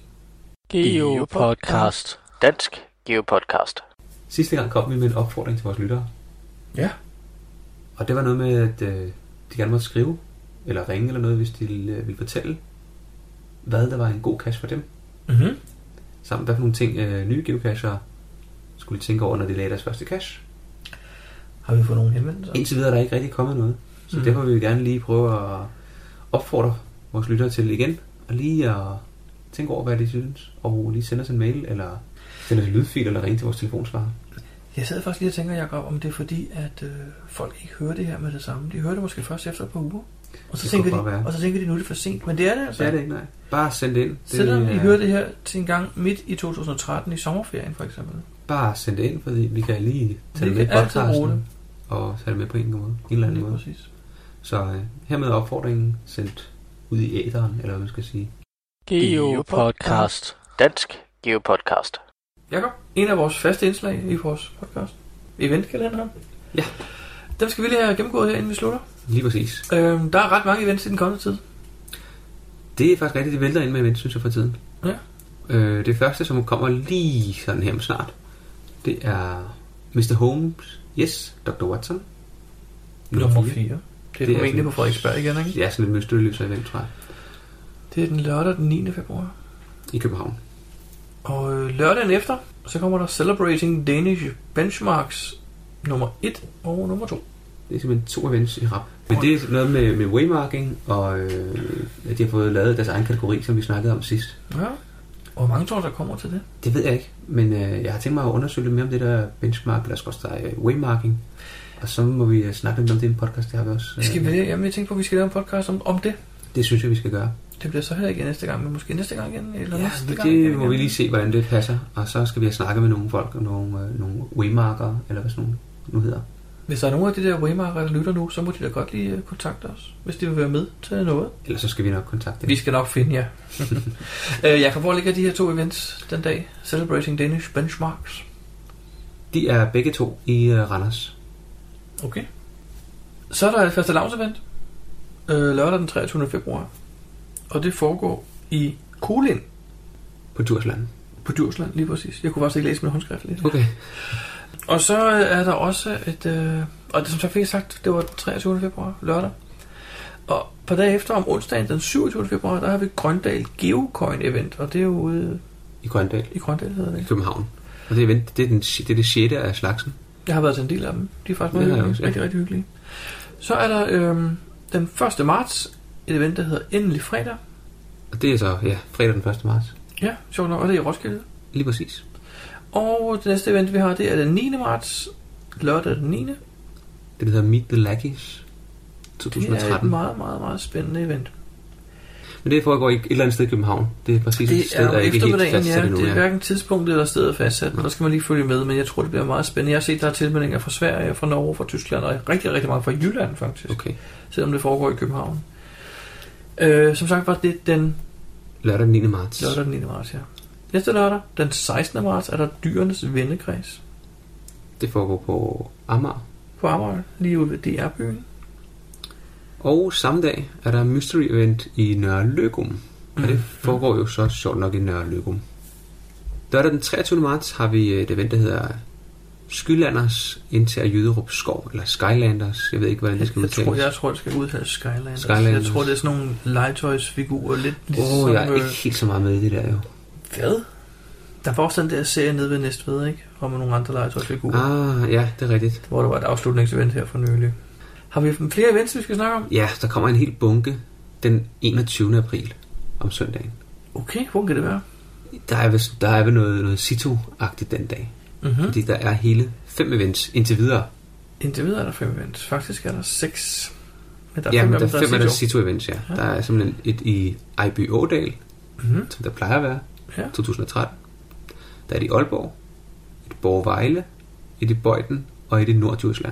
C: Geopodcast. Dansk Geopodcast.
B: Sidste gang kom vi med en opfordring til vores lyttere.
A: Ja.
B: Og det var noget med, at øh, de gerne måtte skrive, eller ringe eller noget, hvis de ville, øh, ville fortælle, hvad der var en god cache for dem.
A: Mm-hmm.
B: Sammen hvad for nogle ting øh, nye geocacher skulle tænke over, når de lagde deres første cache.
A: Har vi fået nogle henvendelser?
B: Indtil videre er der ikke rigtig kommet noget. Så mm. derfor vil vi gerne lige prøve at opfordre vores lyttere til igen, og lige at tænke over, hvad de synes, og lige sende os en mail, eller sende os en lydfil, eller ringe til vores telefonsvarer.
A: Jeg sidder faktisk lige og tænker, Jacob, om det er fordi, at øh, folk ikke hører det her med det samme. De hører det måske først efter et par uger. Og så, tænker de, og så tænker de, nu er det for sent. Men det er det altså.
B: Det er det ikke, nej. Bare send det ind.
A: Selvom I hører det her til en gang midt i to tusind og tretten i sommerferien, for eksempel.
B: Bare send det ind, fordi vi kan lige tage det med i podcasten, og tage det med på en måde. En eller anden måde.
A: Præcis.
B: Så øh, hermed opfordringen sendt ud i æteren, eller hvad man skal sige.
C: Geopodcast. Dansk Geopodcast.
A: Jakob, en af vores faste indslag i vores podcast. Eventkalenderen.
B: Ja.
A: Dem skal vi lige have gennemgået her, inden vi slutter.
B: Lige præcis.
A: Øhm, der er ret mange events i den kommende tid.
B: Det er faktisk rigtigt, det vælter ind med events, synes jeg, for tiden.
A: Ja.
B: Øh, det første, som kommer lige sådan her snart, det er mister Holmes, yes, doktor Watson.
A: Nummer fire. Det er formentlig på Frederiksberg igen, ikke?
B: Det er sådan et mønsterløs event, tror jeg.
A: Det er den lørdag den niende februar.
B: I København.
A: Og øh, lørdagen efter, så kommer der Celebrating Danish Benchmarks nummer et og nummer to.
B: Det er simpelthen to events i rap. Men det er noget med, med waymarking, og øh, at de har fået lavet deres egen kategori, som vi snakkede om sidst.
A: Ja. Og hvor mange tror der kommer til det?
B: Det ved jeg ikke, men øh, jeg har tænkt mig at undersøge lidt mere om det der benchmark, eller skal også der waymarking. Og så må vi snakke lidt om det i en podcast, det har vi også. Øh,
A: skal vi det? Jamen, jeg tænker på, at vi skal lave en podcast om, om det.
B: Det synes jeg, vi skal gøre.
A: Det bliver så heller ikke næste gang, men måske næste gang igen, eller
B: ja,
A: næste
B: det
A: gang igen.
B: må vi lige se, hvordan det passer. Og så skal vi have snakket med nogle folk, og nogle, øh, nogle waymarkere, eller hvad sådan nogle nu hedder.
A: Hvis der er nogen af de der waymarkere, der lytter nu, så må de da godt lige kontakte os, hvis de vil være med til noget.
B: Eller så skal vi nok kontakte dem.
A: Vi skal nok finde jer. Ja. Jeg kan prøve at lægge de her to events den dag. Celebrating Danish Benchmarks.
B: De er begge to i uh, Randers.
A: Okay. Så er der et fastelavnsevent. Øh, lørdag den treogtyvende februar. Og det foregår i Kolind.
B: På Djursland.
A: På Djursland, lige præcis. Jeg kunne faktisk ikke læse min håndskrift lidt.
B: Okay.
A: Og så er der også et... Øh, og det som så fik jeg sagt, det var den treogtyvende februar, lørdag. Og på dag efter om onsdagen, den syvogtyvende februar, der har vi Grøndal Geocoin Event. Og det er jo ude...
B: I Grøndal.
A: I Grøndal hedder det.
B: I København. Og det event, det er, den, det er det sjette af slagsen.
A: Jeg har været til en del af dem. De er faktisk meget hyggelige. Også, ja. Rigtig, rigtig hyggelige. Så er der øh, den første marts et event, der hedder Endelig Fredag.
B: Og det er så, ja, fredag den første marts.
A: Ja, sjovt nok. Og det er i Roskilde.
B: Lige præcis.
A: Og det næste event, vi har, det er den niende marts. Lørdag den niende
B: Det hedder Meet the Lackeys to tusind og tretten.
A: Det er et meget, meget, meget spændende event.
B: Men det foregår ikke et eller andet sted i København. Det er præcis
A: det
B: et sted, der ikke er helt fastsat endnu.
A: Det er hverken tidspunktet eller stedet fastsat, men der skal man lige følge med, men jeg tror, det bliver meget spændende. Jeg har set, der er tilmeldinger fra Sverige, fra Norge, fra Tyskland, og rigtig, rigtig mange fra Jylland faktisk.
B: Okay.
A: Selvom det foregår i København. Øh, som sagt var det den...
B: Lørdag den niende marts.
A: Lørdag den niende marts, ja. Næste lørdag, den sekstende marts, er der Dyrenes Vennekreds.
B: Det foregår på Amager.
A: På Amager, lige ude ved D R-byen.
B: Og samme dag er der Mystery Event i Nørre Løgum. Og det foregår jo så sjovt nok i Nørre Løgum. Lørdag den treogtyvende marts har vi et event, der hedder Skylanders indtil Jyderup Skov, eller Skylanders. Jeg ved ikke, hvordan det skal udtales.
A: Jeg tror, jeg tror det skal udtales Skylanders.
B: Skylanders.
A: Jeg tror, det er sådan nogle legetøjsfigurer. Lidt
B: Åh,
A: ligesom,
B: oh, jeg er ikke helt så meget med i det der jo.
A: Hvad? Der var også den der serie nede ved Næstved, ikke? Og med nogle andre legetøjsfigurer.
B: Ah, ja, det er rigtigt.
A: Hvor der var et afslutningsevent her for nylig. Har vi flere events, vi skal snakke om?
B: Ja, der kommer en hel bunke den enogtyvende april om søndagen.
A: Okay, hvor kan det være?
B: Der er vist, der er vel noget, noget situ-agtigt den dag.
A: Mm-hmm.
B: Fordi der er hele fem events indtil videre.
A: Indtil videre er der fem events. Faktisk er der seks.
B: Men der er ja, fem, men der, der fem er der situ-events, ja. ja. Der er simpelthen et i Ejby Ådal, mm-hmm. som der plejer at være, ja. to tusind og tretten. Der er et i Aalborg, et i Borgvejle, et i Bøjden og et i Norddjursland.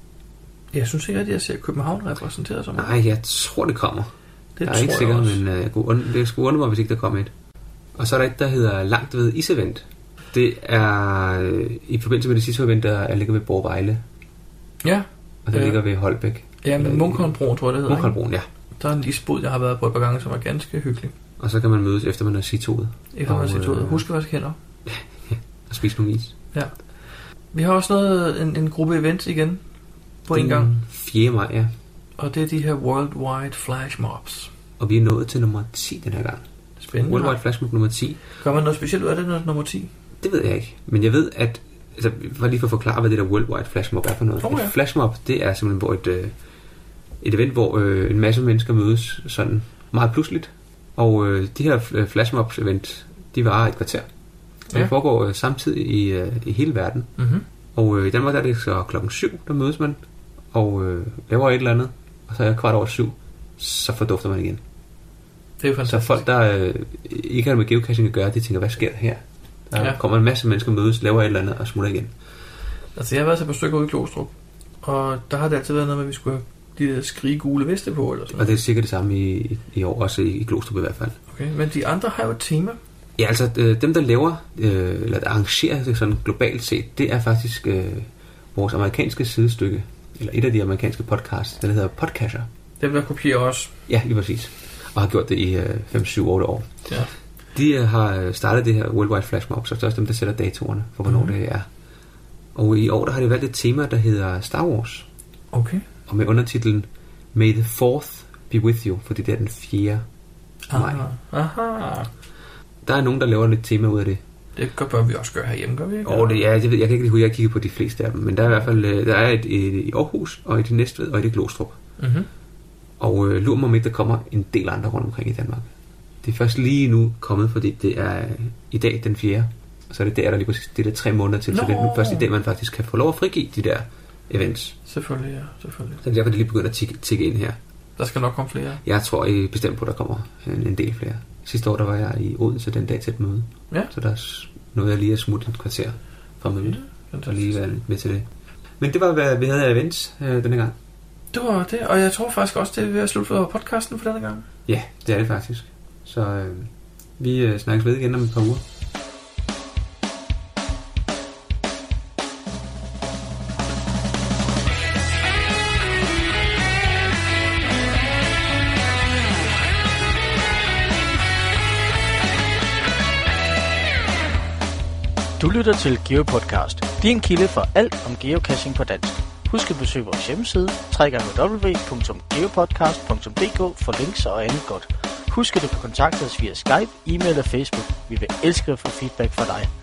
A: Jeg synes ikke, at jeg ser København repræsenteret som.
B: Nej, jeg tror, det kommer.
A: Det
B: jeg er ikke sikker, men uh, det skulle undre mig, hvis ikke der kommer et. Og så er der et, der hedder Langt ved Isevent. Det er øh, i forbindelse med det sidste event, der ligger ved Borgvejle.
A: Ja.
B: Og det øh, ligger ved Holbæk.
A: Ja, men Munkholmbroen, tror jeg, det hedder.
B: Munkholmbroen, ja.
A: Der er en isbod, jeg har været på et par gange, som er ganske hyggelig.
B: Og så kan man mødes, efter man har sitoet.
A: Efter man har sitoet. Øh, Husk at vaske hænder.
B: Og spise nogle is.
A: Ja. Vi har også noget, en, en gruppe events igen. På en gang.
B: fjerde maj, ja.
A: Og det er de her Worldwide Flash Mobs.
B: Og vi er nået til nummer ti den her gang.
A: Spændende.
B: Worldwide Flash Mob nummer ti.
A: Gør man noget specielt ud af det, når nummer ti?
B: Det ved jeg ikke. Men jeg ved, at... Altså, for lige for at forklare, hvad det der Worldwide Flash Mob er for noget. Oh, ja. Et Flash Mob, det er simpelthen hvor et, øh, et event, hvor øh, en masse mennesker mødes sådan meget pludseligt. Og øh, de her Flash Mobs event, de varer et kvarter. Og ja. Det foregår øh, samtidig i, øh, i hele verden.
A: Mm-hmm.
B: Og øh, i Danmark der er det så klokken syv, der mødes man. Og øh, laver et eller andet. Og så er kvart over syv, så fordufter man igen.
A: Det er fantastisk.
B: Så folk, der øh, ikke har med geocaching at gøre, de tænker, hvad sker der her? Der ja. kommer en masse mennesker mødes, laver et eller andet og smutter igen.
A: Altså jeg har været så på stykker ude i Glostrup, og der har det altid været noget med, at vi skulle have de der skrigegule veste på, eller sådan.
B: Og det er sikkert det samme i, i år, også i, i Glostrup i hvert fald.
A: Okay, men de andre har jo et tema.
B: Ja, altså øh, dem, der laver, øh, eller der arrangerer det sådan globalt set, det er faktisk øh, vores amerikanske sidestykke, eller et af de amerikanske podcasts, der hedder Podcasher.
A: Dem, der kopierer os.
B: Ja, lige præcis. Og har gjort det i øh, fem, syv, otte år.
A: Ja.
B: De øh, har startet det her Worldwide Flash Mob, så det er også dem, der sætter datorerne for, hvornår mm. det er. Og i år, der har de valgt et tema, der hedder Star Wars.
A: Okay.
B: Og med undertitlen May the fourth be with you, fordi det er den fjerde maj.
A: Aha.
B: Der er nogen, der laver lidt tema ud af det.
A: Det bør vi også gøre herhjemme, gør vi ikke?
B: Og det, ja, jeg, ved, jeg kan ikke huske, jeg kigger på de fleste af dem, men der er i hvert fald der er et, et i Aarhus, og et i Næstved, og et i Glostrup.
A: Mm-hmm.
B: Og øh, lurer mig om ikke, der kommer en del andre rundt omkring i Danmark. Det er først lige nu kommet, fordi det er i dag den fjerde. Og så er det der, der lige præcis det er der tre måneder til, Nå. Så det er nu først i dag, man faktisk kan få lov at frigive de der events.
A: Selvfølgelig, ja. Selvfølgelig.
B: Så det er derfor, det lige begynder at tikke, tikke ind her.
A: Der skal nok komme flere.
B: Jeg tror I bestemt på, at der kommer en, en del flere. Sidste år, der var jeg i Odense den dag til et møde.
A: Ja.
B: Så der nåede jeg lige at smutte et kvarter fra mødet. Ja, og lige være med til det. Men det var, hvad vi havde af events øh, denne gang.
A: Det var det, og jeg tror faktisk også, det er ved at slutte for podcasten for denne gang.
B: Ja, det er det faktisk. Så øh, vi øh, snakkes ved igen om et par uger.
C: Du lytter til GeoPodcast, din kilde for alt om geocaching på dansk. Husk at besøge vores hjemmeside, w w w punktum geopodcast punktum d k for links og andet godt. Husk at du kan kontakte os via Skype, e-mail og Facebook. Vi vil elske at få feedback fra dig.